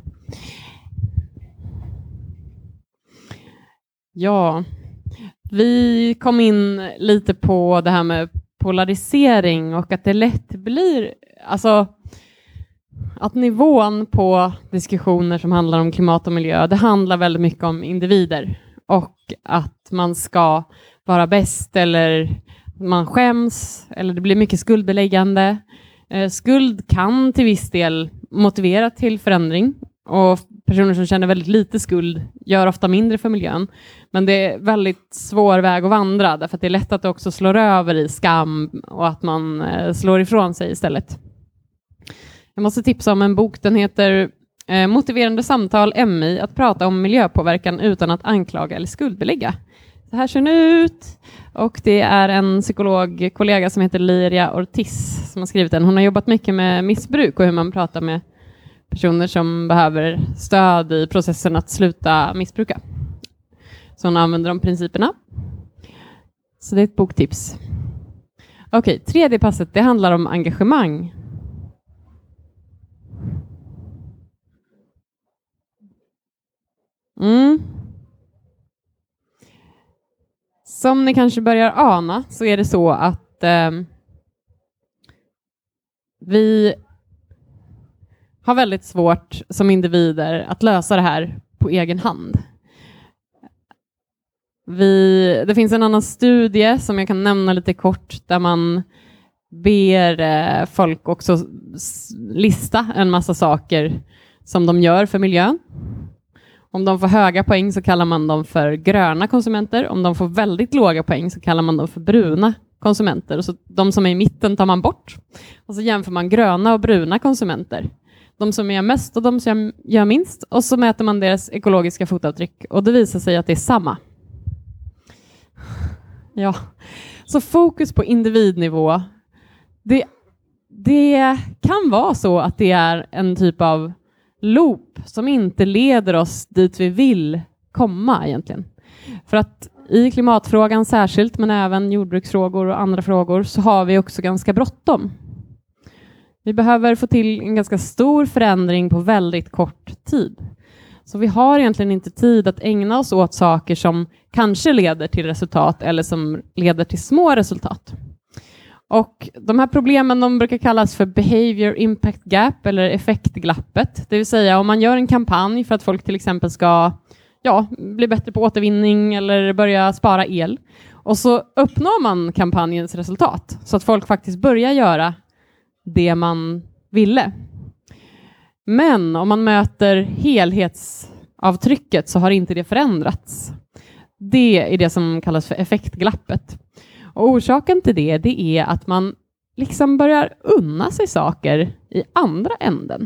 Speaker 2: Ja, vi kom in lite på det här med polarisering och att det lätt blir, alltså att nivån på diskussioner som handlar om klimat och miljö, det handlar väldigt mycket om individer och att man ska vara bäst eller man skäms eller det blir mycket skuldbeläggande. Skuld kan till viss del motivera till förändring och personer som känner väldigt lite skuld gör ofta mindre för miljön. Men det är väldigt svår väg att vandra därför att det är lätt att det också slår över i skam och att man slår ifrån sig istället. Jag måste tipsa om en bok, den heter Motiverande samtal MI, att prata om miljöpåverkan utan att anklaga eller skuldbelägga. Så här ser den ut. Och det är en psykologkollega som heter Liria Ortiz som har skrivit den. Hon har jobbat mycket med missbruk och hur man pratar med personer som behöver stöd i processen att sluta missbruka. Så hon använder de principerna. Så det är ett boktips. Okej, tredje passet, det handlar om engagemang. Som ni kanske börjar ana så är det så att vi har väldigt svårt som individer att lösa det här på egen hand. Det finns en annan studie som jag kan nämna lite kort där man ber folk också lista en massa saker som de gör för miljön. Om de får höga poäng så kallar man dem för gröna konsumenter. Om de får väldigt låga poäng så kallar man dem för bruna konsumenter. Och så de som är i mitten tar man bort. Och så jämför man gröna och bruna konsumenter. De som gör mest och de som gör minst. Och så mäter man deras ekologiska fotavtryck. Och det visar sig att det är samma. Ja, så fokus på individnivå. Det kan vara så att det är en typ av loop som inte leder oss dit vi vill komma egentligen. För att i klimatfrågan särskilt, men även jordbruksfrågor och andra frågor, så har vi också ganska bråttom. Vi behöver få till en ganska stor förändring på väldigt kort tid. Så vi har egentligen inte tid att ägna oss åt saker som kanske leder till resultat eller som leder till små resultat. Och de här problemen de brukar kallas för behavior impact gap eller effektglappet. Det vill säga om man gör en kampanj för att folk till exempel ska bli bättre på återvinning eller börja spara el. Och så uppnår man kampanjens resultat så att folk faktiskt börjar göra det man ville. Men om man möter helhetsavtrycket så har inte det förändrats. Det är det som kallas för effektglappet. Och orsaken till det är att man liksom börjar unna sig saker i andra änden.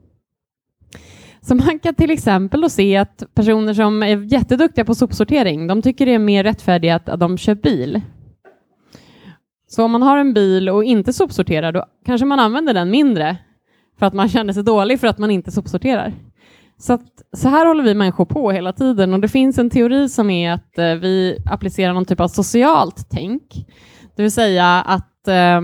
Speaker 2: Så man kan till exempel då se att personer som är jätteduktiga på sopsortering, de tycker det är mer rättfärdigt att de kör bil. Så om man har en bil och inte sopsorterar, då kanske man använder den mindre för att man känner sig dålig för att man inte sopsorterar. Så här håller vi människor på hela tiden och det finns en teori som är att vi applicerar någon typ av socialt tänk. Det vill säga att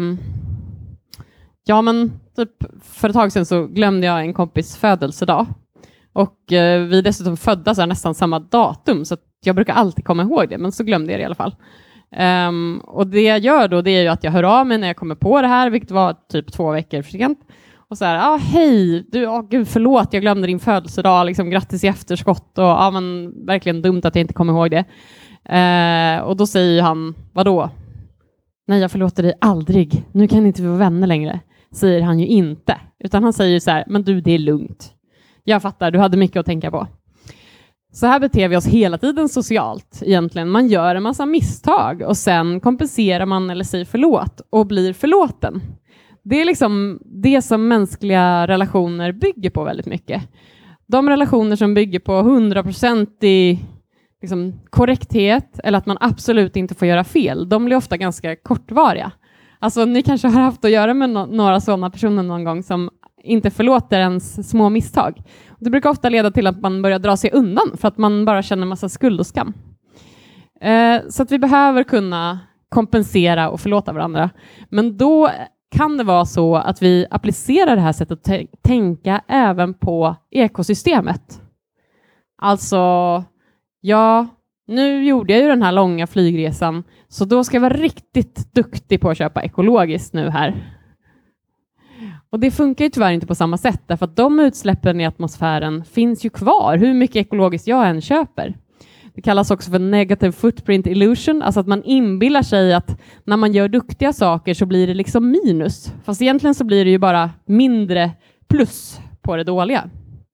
Speaker 2: typ för ett tag sedan så glömde jag en kompis födelsedag och vi är dessutom födda så här nästan samma datum så att jag brukar alltid komma ihåg det, men så glömde jag det i alla fall. Och det jag gör då det är ju att jag hör av mig när jag kommer på det här, vilket var typ 2 veckor för sent. Och så här, hej, gud förlåt, jag glömde din födelsedag, liksom grattis i efterskott och men verkligen dumt att jag inte kommer ihåg det. Och då säger han, vadå? Nej, jag förlåter dig aldrig, nu kan inte vi vara vänner längre, säger han ju inte. Utan han säger så här, men du, det är lugnt. Jag fattar, du hade mycket att tänka på. Så här beter vi oss hela tiden socialt egentligen. Man gör en massa misstag och sen kompenserar man eller säger förlåt och blir förlåten. Det är liksom det som mänskliga relationer bygger på väldigt mycket. De relationer som bygger på 100% i liksom korrekthet eller att man absolut inte får göra fel, de blir ofta ganska kortvariga. Alltså ni kanske har haft att göra med några sådana personer någon gång som inte förlåter ens små misstag. Det brukar ofta leda till att man börjar dra sig undan för att man bara känner massa skuld och skam. Så att vi behöver kunna kompensera och förlåta varandra. Men då kan det vara så att vi applicerar det här sättet att tänka även på ekosystemet. Alltså, ja, nu gjorde jag ju den här långa flygresan, så då ska jag vara riktigt duktig på att köpa ekologiskt nu här. Och det funkar ju tyvärr inte på samma sätt, därför att de utsläppen i atmosfären finns ju kvar, hur mycket ekologiskt jag än köper. Det kallas också för negative footprint illusion, alltså att man inbillar sig att när man gör duktiga saker så blir det liksom minus. Fast egentligen så blir det ju bara mindre plus på det dåliga.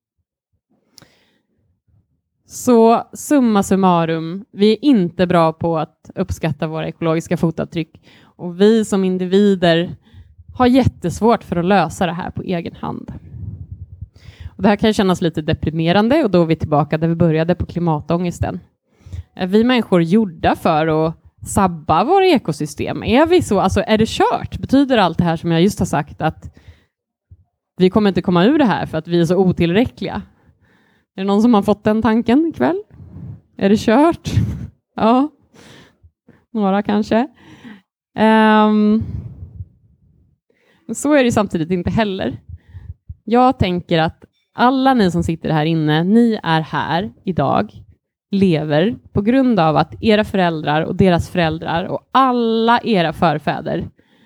Speaker 2: Så summa summarum, vi är inte bra på att uppskatta våra ekologiska fotavtryck. Och vi som individer har jättesvårt för att lösa det här på egen hand. Och det här kan kännas lite deprimerande, och då är vi tillbaka där vi började på klimatångesten. Är vi människor gjorda för att sabba våra ekosystem? Är vi så? Alltså är det kört? Betyder allt det här som jag just har sagt att vi kommer inte komma ur det här för att vi är så otillräckliga? Är det någon som har fått den tanken ikväll? Är det kört? Ja, några kanske. Men så är det samtidigt inte heller. Jag tänker att alla ni som sitter här inne, ni är här idag, lever på grund av att era föräldrar och deras föräldrar och alla era förfäder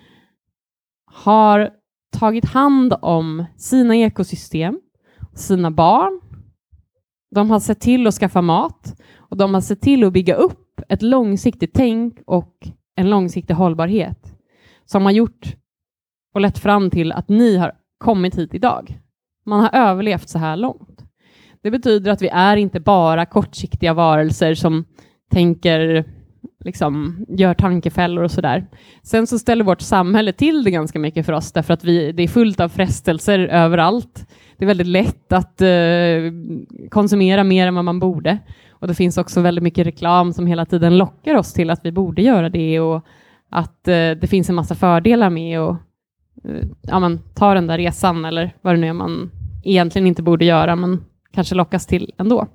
Speaker 2: har tagit hand om sina ekosystem, sina barn. De har sett till att skaffa mat, och de har sett till att bygga upp ett långsiktigt tänk och en långsiktig hållbarhet som har gjort och lett fram till att ni har kommit hit idag. Man har överlevt så här långt. Det betyder att vi är inte bara kortsiktiga varelser som tänker, liksom, gör tankefällor och sådär. Sen så ställer vårt samhälle till det ganska mycket för oss, därför att det är fullt av frestelser överallt. Det är väldigt lätt att konsumera mer än vad man borde. Och det finns också väldigt mycket reklam som hela tiden lockar oss till att vi borde göra det, och att det finns en massa fördelar med att ta den där resan, eller vad det nu är man egentligen inte borde göra, men kanske lockas till ändå.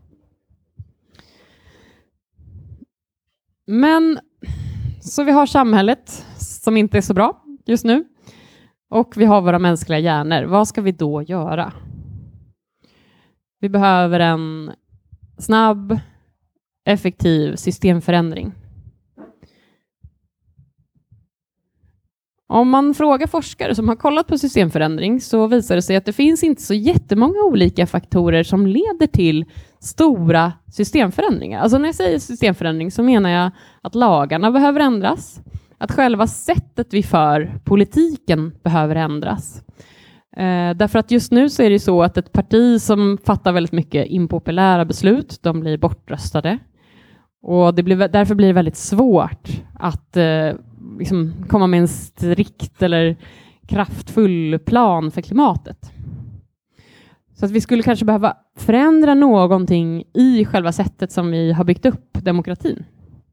Speaker 2: Men så vi har samhället som inte är så bra just nu, och vi har våra mänskliga hjärnor. Vad ska vi då göra? Vi behöver en snabb, effektiv systemförändring. Om man frågar forskare som har kollat på systemförändring, så visar det sig att det finns inte så jättemånga olika faktorer som leder till stora systemförändringar. Alltså när jag säger systemförändring så menar jag att lagarna behöver ändras, att själva sättet vi för politiken behöver ändras. Därför att just nu så är det så att ett parti som fattar väldigt mycket impopulära beslut, de blir bortröstade. Och därför blir det väldigt svårt att liksom komma med en strikt eller kraftfull plan för klimatet. Så att vi skulle kanske behöva förändra någonting i själva sättet som vi har byggt upp demokratin.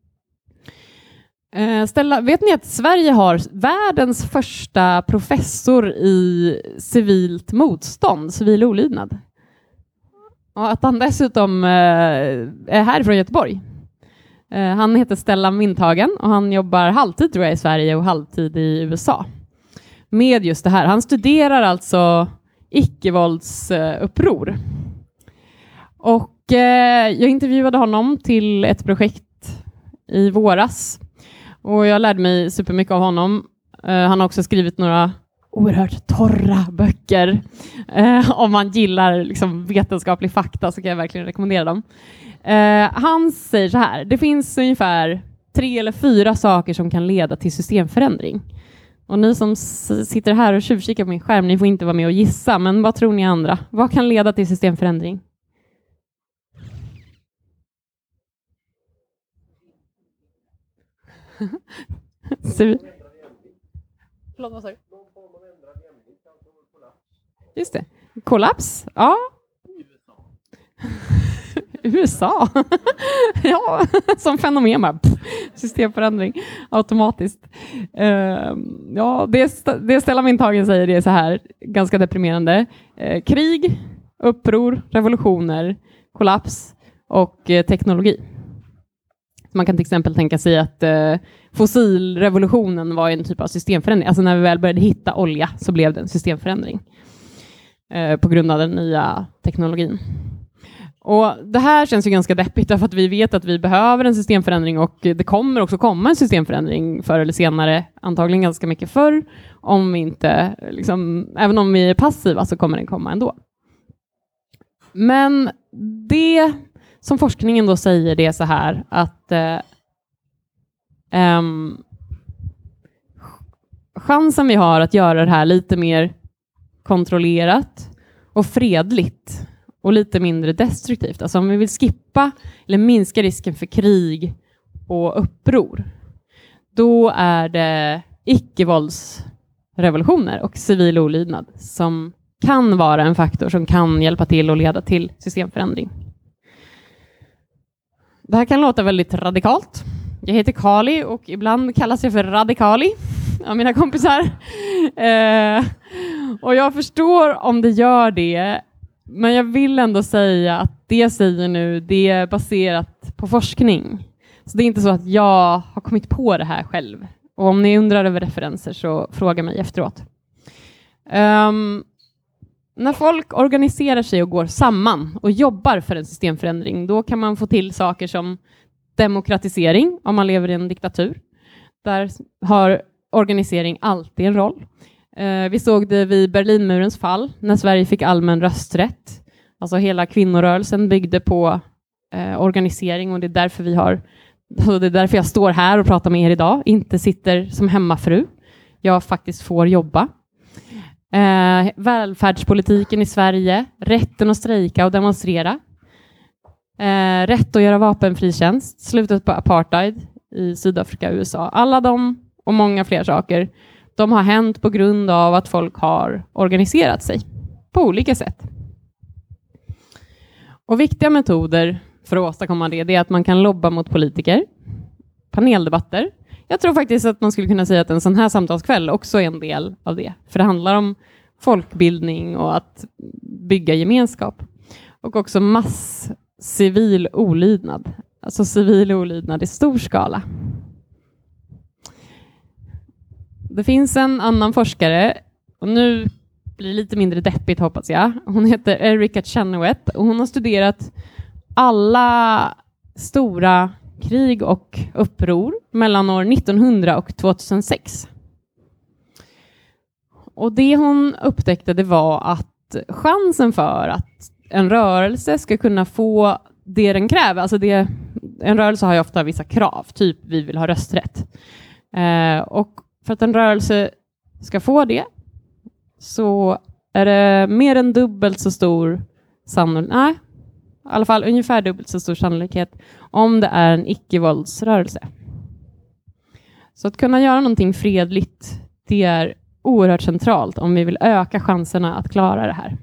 Speaker 2: Vet ni att Sverige har världens första professor i civilt motstånd, civil olydnad? Och att han dessutom är här från Göteborg. Han heter Stellan Windhagen, och han jobbar halvtid tror jag i Sverige och halvtid i USA. Med just det här. Han studerar alltså icke-våldsuppror. Och jag intervjuade honom till ett projekt i våras. Och jag lärde mig supermycket av honom. Han har också skrivit några oerhört torra böcker. Om man gillar liksom vetenskaplig fakta så kan jag verkligen rekommendera dem. Han säger så här: det finns ungefär 3 eller 4 saker som kan leda till systemförändring. Och ni som sitter här och tjuvkikar på min skärm, ni får inte vara med och gissa, men vad tror ni andra? Vad kan leda till systemförändring? Förlåt, vad sa du? Just det. Kollaps? Ja. USA. Ja, som fenomen bara. Systemförändring automatiskt. Ja, det Stellan Windhagen säger, det är så här, ganska deprimerande. Krig, uppror, revolutioner, kollaps och teknologi. Man kan till exempel tänka sig att fossilrevolutionen var en typ av systemförändring. Alltså när vi väl började hitta olja så blev det en systemförändring på grund av den nya teknologin. Och det här känns ju ganska deppigt därför att vi vet att vi behöver en systemförändring och det kommer också komma en systemförändring förr eller senare, antagligen ganska mycket förr. Om vi inte, liksom, även om vi är passiva så kommer den komma ändå. Men det som forskningen då säger det är så här att chansen vi har att göra det här lite mer kontrollerat och fredligt och lite mindre destruktivt. Alltså om vi vill skippa eller minska risken för krig och uppror, då är det icke-våldsrevolutioner och civil olydnad som kan vara en faktor som kan hjälpa till och leda till systemförändring. Det här kan låta väldigt radikalt. Jag heter Kali och ibland kallas jag för Radikali av mina kompisar. Och jag förstår om det gör det. Men jag vill ändå säga att det jag säger nu, det är baserat på forskning. Så det är inte så att jag har kommit på det här själv. Och om ni undrar över referenser så fråga mig efteråt. När folk organiserar sig och går samman och jobbar för en systemförändring, då kan man få till saker som demokratisering om man lever i en diktatur. Där har organisering alltid en roll. Vi såg det vid Berlinmurens fall när Sverige fick allmän rösträtt. Alltså hela kvinnorörelsen byggde på organisering och det är därför jag står här och pratar med er idag. Inte sitter som hemmafru. Jag faktiskt får jobba. Välfärdspolitiken i Sverige, rätten att strejka och demonstrera, rätt att göra vapenfri tjänst, slutet på apartheid i Sydafrika och USA. Alla de och många fler saker, de har hänt på grund av att folk har organiserat sig på olika sätt. Och viktiga metoder för att åstadkomma det är att man kan lobba mot politiker, paneldebatter. Jag tror faktiskt att man skulle kunna säga att en sån här samtalskväll också är en del av det. För det handlar om folkbildning och att bygga gemenskap. Och också civil olydnad. Alltså civil olydnad i stor skala. Det finns en annan forskare, och nu blir det lite mindre deppigt hoppas jag. Hon heter Erica Chenoweth och hon har studerat alla stora krig och uppror mellan år 1900 och 2006. Och det hon upptäckte det var att chansen för att en rörelse ska kunna få det den kräver, alltså en rörelse har ju ofta vissa krav, typ vi vill ha rösträtt. Och för att en rörelse ska få det så är det mer än dubbelt så stor sannolikhet, i alla fall ungefär dubbelt så stor sannolikhet om det är en icke-våldsrörelse. Så att kunna göra någonting fredligt, det är oerhört centralt om vi vill öka chanserna att klara det här.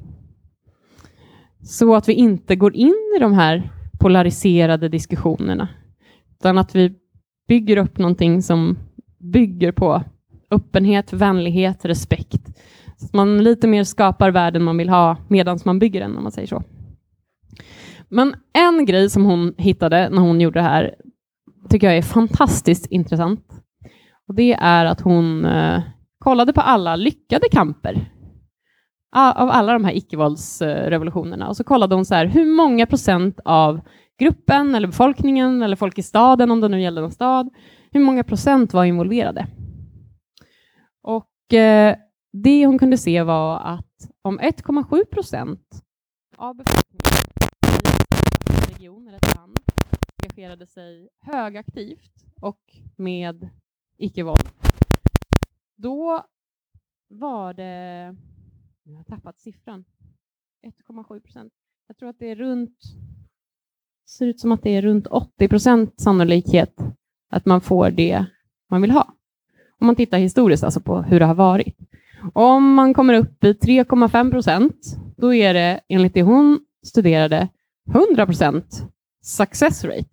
Speaker 2: Så att vi inte går in i de här polariserade diskussionerna, utan att vi bygger upp någonting som bygger på öppenhet, vänlighet, respekt. Så att man lite mer skapar världen man vill ha medan man bygger den, om man säger så. Men en grej som hon hittade när hon gjorde det här tycker jag är fantastiskt intressant. Och det är att hon kollade på alla lyckade kamper av alla de här icke-våldsrevolutionerna. Och så kollade hon så här, hur många procent av gruppen eller befolkningen eller folk i staden, om det nu gäller en stad, hur många procent var involverade? Och det hon kunde se var att om 1,7% av befolkningen i en region eller ett land engagerade sig högaktivt och med icke-våld, då var det, jag har tappat siffran, 1,7%. Jag tror att det är ser ut som att det är runt 80% sannolikhet att man får det man vill ha. Om man tittar historiskt alltså på hur det har varit. Om man kommer upp i 3,5%, då är det enligt det hon studerade 100% success rate.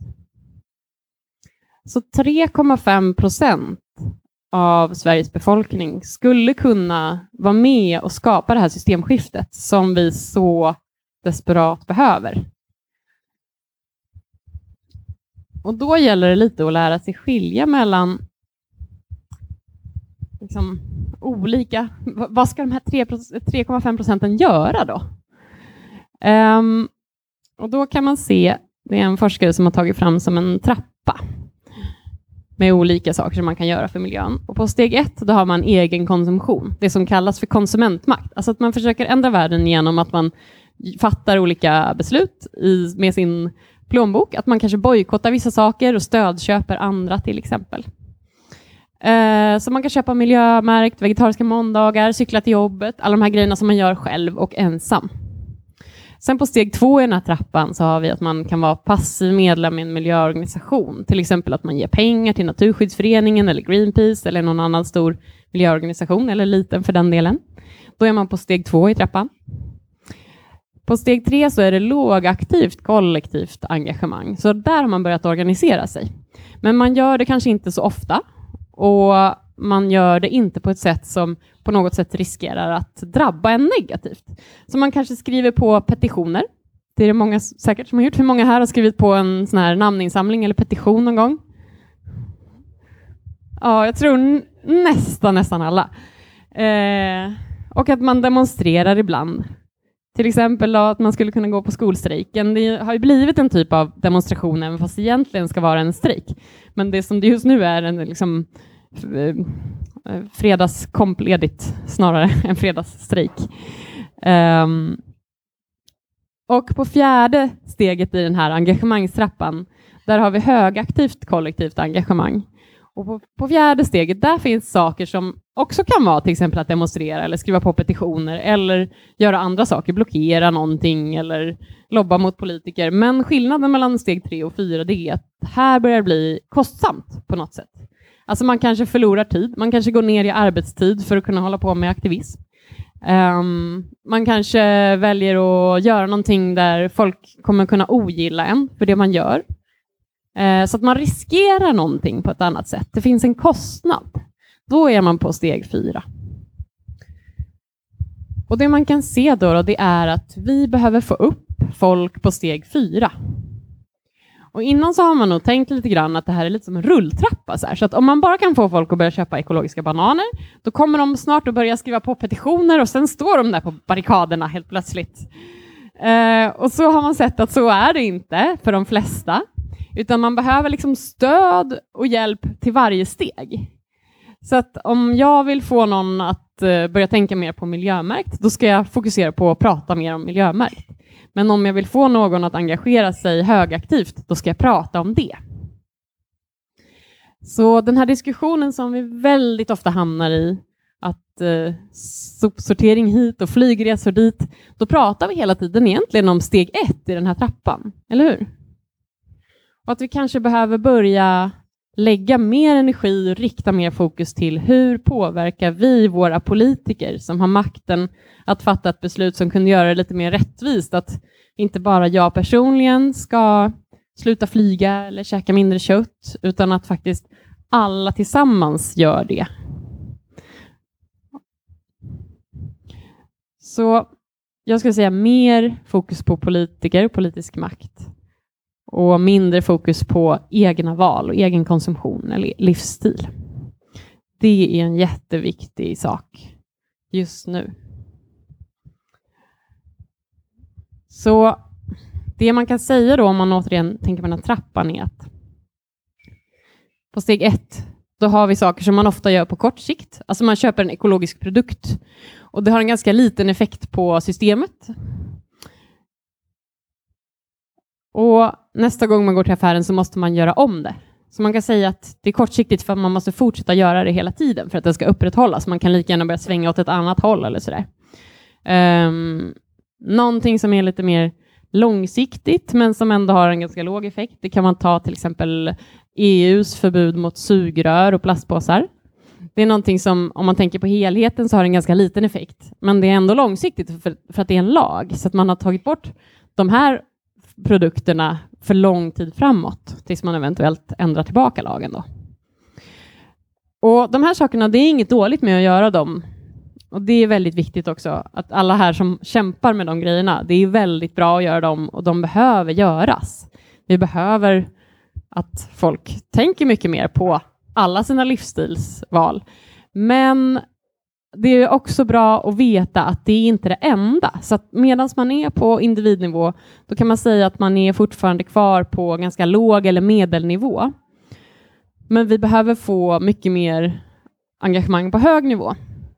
Speaker 2: Så 3,5% av Sveriges befolkning skulle kunna vara med och skapa det här systemskiftet som vi så desperat behöver. Och då gäller det lite att lära sig skilja mellan liksom, olika... Vad ska de här 3,5% göra då? Och då kan man se, det är en forskare som har tagit fram som en trappa med olika saker som man kan göra för miljön. Och på steg 1 då har man egen konsumtion. Det som kallas för konsumentmakt. Alltså att man försöker ändra världen genom att man fattar olika beslut med sin plånbok. Att man kanske bojkottar vissa saker och stödköper andra till exempel. Så man kan köpa miljömärkt, vegetariska måndagar, cykla till jobbet. Alla de här grejerna som man gör själv och ensam. Sen på steg 2 i den här trappan så har vi att man kan vara passiv medlem i en miljöorganisation. Till exempel att man ger pengar till Naturskyddsföreningen eller Greenpeace eller någon annan stor miljöorganisation eller liten för den delen. Då är man på steg 2 i trappan. På steg 3 så är det lågaktivt kollektivt engagemang. Så där har man börjat organisera sig. Men man gör det kanske inte så ofta. Och man gör det inte på ett sätt som på något sätt riskerar att drabba en negativt. Så man kanske skriver på petitioner. Det är det många säkert som har gjort. Hur många här har skrivit på en sån här namninsamling eller petition någon gång? Ja, jag tror nästan alla. Och att man demonstrerar ibland. Till exempel att man skulle kunna gå på skolstrejken. Det har ju blivit en typ av demonstration även fast det egentligen ska vara en strejk. Men det som det just nu är en liksom fredagskompledigt snarare än fredagsstrejk. Och på 4:e steget i den här engagemangstrappan där har vi högaktivt kollektivt engagemang. Och på 4:e steget där finns saker som också kan vara till exempel att demonstrera eller skriva på petitioner eller göra andra saker, blockera någonting eller lobba mot politiker. Men skillnaden mellan steg 3 och 4 det är att här börjar det bli kostsamt på något sätt. Alltså man kanske förlorar tid, man kanske går ner i arbetstid för att kunna hålla på med aktivism. Man kanske väljer att göra någonting där folk kommer kunna ogilla en för det man gör. Så att man riskerar någonting på ett annat sätt. Det finns en kostnad. Då är man på steg 4. Och det man kan se då det är att vi behöver få upp folk på steg 4. Och innan så har man nog tänkt lite grann att det här är lite som en rulltrappa. Så att om man bara kan få folk att börja köpa ekologiska bananer, då kommer de snart att börja skriva på petitioner och sen står de där på barrikaderna helt plötsligt. Och så har man sett att så är det inte för de flesta. Utan man behöver liksom stöd och hjälp till varje steg. Så att om jag vill få någon att börja tänka mer på miljömärkt, då ska jag fokusera på att prata mer om miljömärkt. Men om jag vill få någon att engagera sig högaktivt, då ska jag prata om det. Så den här diskussionen som vi väldigt ofta hamnar i, att sopsortering hit och flygresor dit, då pratar vi hela tiden egentligen om steg 1 i den här trappan, eller hur? Och att vi kanske behöver börja lägga mer energi och rikta mer fokus till hur påverkar vi våra politiker som har makten att fatta ett beslut som kunde göra det lite mer rättvist. Att inte bara jag personligen ska sluta flyga eller käka mindre kött utan att faktiskt alla tillsammans gör det. Så jag skulle säga mer fokus på politiker och politisk makt. Och mindre fokus på egna val och egen konsumtion eller livsstil. Det är en jätteviktig sak just nu. Så det man kan säga då om man återigen tänker på den här trappan är att på steg 1 då har vi saker som man ofta gör på kort sikt. Alltså man köper en ekologisk produkt och det har en ganska liten effekt på systemet. Och nästa gång man går till affären så måste man göra om det. Så man kan säga att det är kortsiktigt för att man måste fortsätta göra det hela tiden för att det ska upprätthållas. Man kan lika gärna börja svänga åt ett annat håll eller sådär. Någonting som är lite mer långsiktigt men som ändå har en ganska låg effekt. Det kan man ta till exempel EUs förbud mot sugrör och plastpåsar. Det är någonting som om man tänker på helheten så har en ganska liten effekt. Men det är ändå långsiktigt för att det är en lag. Så att man har tagit bort de här produkterna för lång tid framåt tills man eventuellt ändrar tillbaka lagen då. Och de här sakerna, det är inget dåligt med att göra dem. Och det är väldigt viktigt också att alla här som kämpar med de grejerna, det är väldigt bra att göra dem och de behöver göras. Vi behöver att folk tänker mycket mer på alla sina livsstilsval. Men det är också bra att veta att det är inte det enda. Så att medan man är på individnivå, då kan man säga att man är fortfarande kvar på ganska låg eller medelnivå. Men vi behöver få mycket mer engagemang på hög nivå.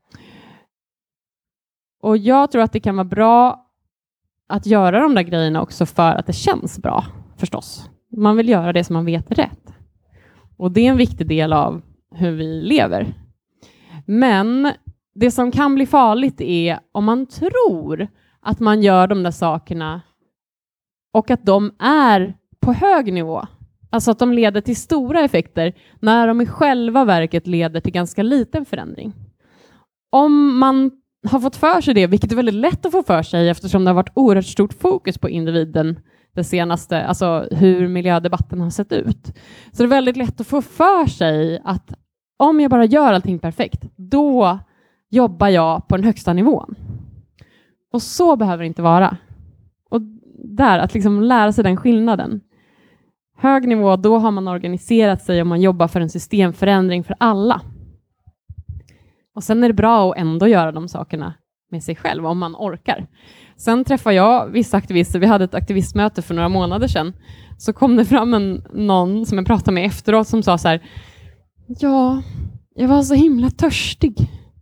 Speaker 2: Och jag tror att det kan vara bra att göra de där grejerna också för att det känns bra, förstås. Man vill göra det som man vet är rätt. Och det är en viktig del av hur vi lever. Men det som kan bli farligt är om man tror att man gör de där sakerna och att de är på hög nivå. Alltså att de leder till stora effekter när de i själva verket leder till ganska liten förändring. Om man har fått för sig det, vilket är väldigt lätt att få för sig eftersom det har varit oerhört stort fokus på individen det senaste, alltså hur miljödebatten har sett ut. Så det är väldigt lätt att få för sig att om jag bara gör allting perfekt, då jobbar jag på den högsta nivån. Och så behöver det inte vara. Och där, att liksom lära sig den skillnaden. Hög nivå, då har man organiserat sig och man jobbar för en systemförändring för alla. Och sen är det bra att ändå göra de sakerna med sig själv om man orkar. Sen träffade jag vissa aktivister. Vi hade ett aktivistmöte för några månader sedan. Så kom det fram någon som jag pratade med efteråt som sa så här: ja, jag var så himla törstig.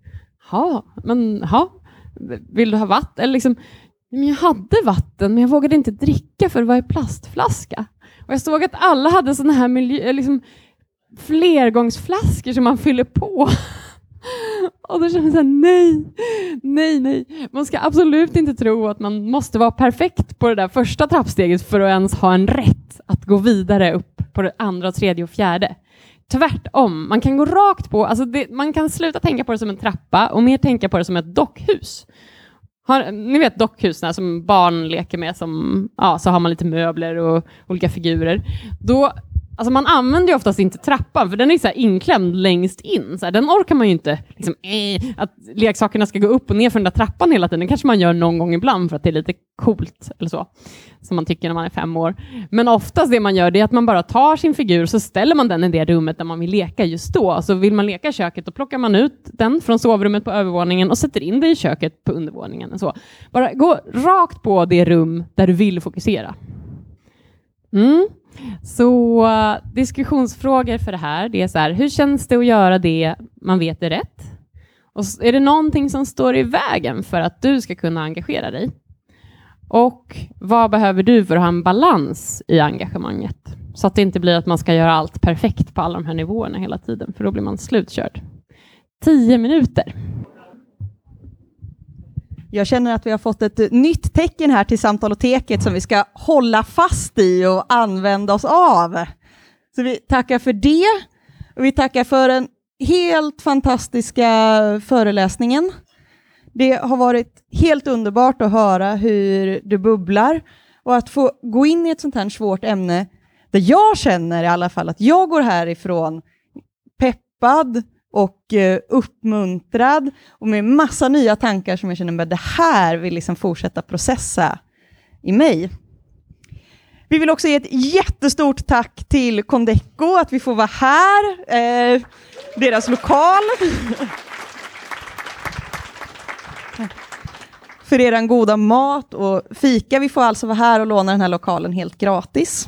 Speaker 2: Vill du ha vatten? Eller liksom, men jag hade vatten men jag vågade inte dricka för det var i plastflaska. Och jag såg att alla hade såna här flergångsflaskor som man fyller på. Och då kände jag så här, nej. Man ska absolut inte tro att man måste vara perfekt på det där första trappsteget för att ens ha en rätt att gå vidare upp på det andra, tredje och fjärde. Tvärtom, man kan gå rakt på, alltså man kan sluta tänka på det som en trappa och mer tänka på det som ett dockhus. Ni vet dockhusna som barn leker med, som, ja, så har man lite möbler och olika figurer. Då, alltså man använder ju oftast inte trappan för den är så här inklämd längst in. Så här, den orkar man ju inte liksom, att leksakerna ska gå upp och ner för den där trappan hela tiden. Den kanske man gör någon gång ibland för att det är lite coolt eller så. Som man tycker när man är 5 år. Men oftast det man gör det är att man bara tar sin figur och så ställer man den i det rummet där man vill leka just då. Alltså vill man leka i köket då plockar man ut den från sovrummet på övervåningen och sätter in det i köket på undervåningen. Och så. Bara gå rakt på det rum där du vill fokusera. Så diskussionsfrågor för det här, det är så här: hur känns det att göra det man vet är rätt? Och är det någonting som står i vägen för att du ska kunna engagera dig? Och vad behöver du för att ha en balans i engagemanget? Så att det inte blir att man ska göra allt perfekt på alla de här nivåerna hela tiden, för då blir man slutkörd. 10 minuter.
Speaker 1: Jag känner att vi har fått ett nytt tecken här till Samtaloteket som vi ska hålla fast i och använda oss av. Så vi tackar för det. Och vi tackar för den helt fantastiska föreläsningen. Det har varit helt underbart att höra hur du bubblar och att få gå in i ett sånt här svårt ämne där jag känner i alla fall att jag går härifrån peppad och uppmuntrad och med massa nya tankar som jag känner att det här vill liksom fortsätta processa i mig. Vi vill också ge ett jättestort tack till Condeco att vi får vara här, deras lokal. För er goda mat och fika. Vi får alltså vara här och låna den här lokalen helt gratis.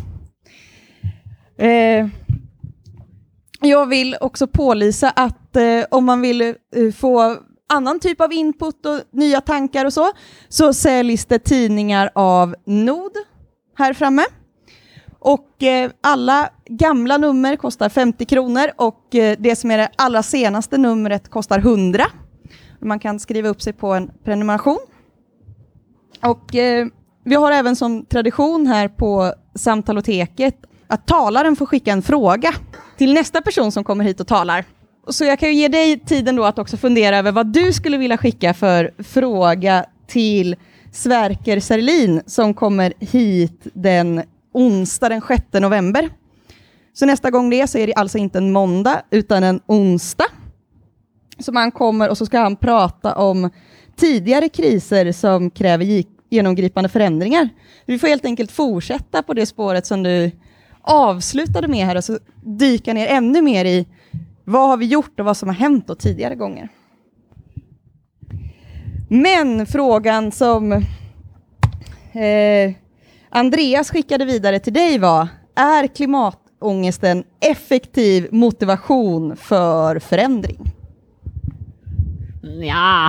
Speaker 1: Jag vill också pålysa att om man vill få annan typ av input och nya tankar och så säljs det tidningar av Nod här framme. Och alla gamla nummer kostar 50 kronor och det som är det allra senaste numret kostar 100. Man kan skriva upp sig på en prenumeration. Och vi har även som tradition här på Samtaloteket att talaren får skicka en fråga till nästa person som kommer hit och talar. Så jag kan ju ge dig tiden då att också fundera över vad du skulle vilja skicka för fråga till Sverker Serlin som kommer hit den onsdag den 6 november. Så nästa gång det så är det alltså inte en måndag utan en onsdag. Så man kommer och så ska han prata om tidigare kriser som kräver genomgripande förändringar. Vi får helt enkelt fortsätta på det spåret som du avslutade med här och så dyka ner ännu mer i vad har vi gjort och vad som har hänt då tidigare gånger. Men frågan som Andreas skickade vidare till dig var: är klimatångesten effektiv motivation för förändring?
Speaker 2: Ja,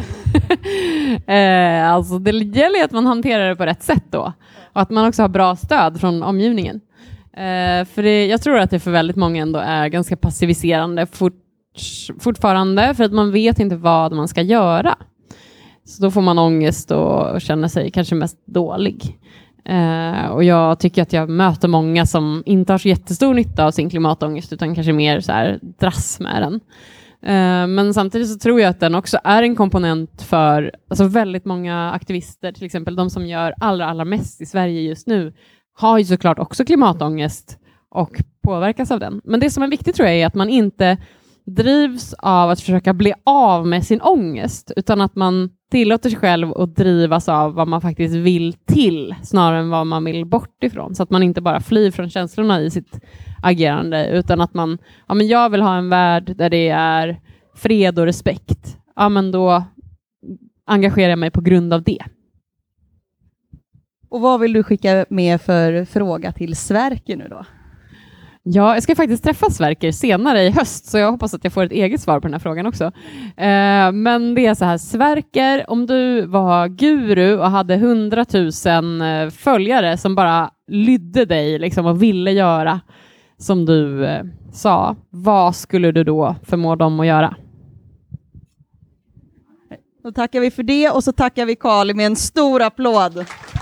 Speaker 2: alltså det gäller att man hanterar det på rätt sätt då. Och att man också har bra stöd från omgivningen. För jag tror att det för väldigt många ändå är ganska passiviserande fortfarande. För att man vet inte vad man ska göra. Så då får man ångest och känner sig kanske mest dålig. Och jag tycker att jag möter många som inte har så jättestor nytta av sin klimatångest. Utan kanske mer så här dras med den. Men samtidigt så tror jag att den också är en komponent för alltså väldigt många aktivister, till exempel de som gör allra mest i Sverige just nu, har ju såklart också klimatångest och påverkas av den. Men det som är viktigt tror jag är att man inte drivs av att försöka bli av med sin ångest, utan att man tillåter sig själv att drivas av vad man faktiskt vill till snarare än vad man vill bort ifrån. Så att man inte bara flyr från känslorna i sitt agerande, utan att man, ja men jag vill ha en värld där det är fred och respekt. Ja men då engagerar jag mig på grund av det.
Speaker 1: Och vad vill du skicka med för fråga till Sverker nu då?
Speaker 2: Ja, jag ska faktiskt träffa Sverker senare i höst, så jag hoppas att jag får ett eget svar på den här frågan också. Men det är så här, Sverker, om du var guru och hade 100 000 följare som bara lydde dig liksom, och ville göra som du sa, vad skulle du då förmå dem att göra?
Speaker 1: Då tackar vi för det och så tackar vi Carly med en stor applåd.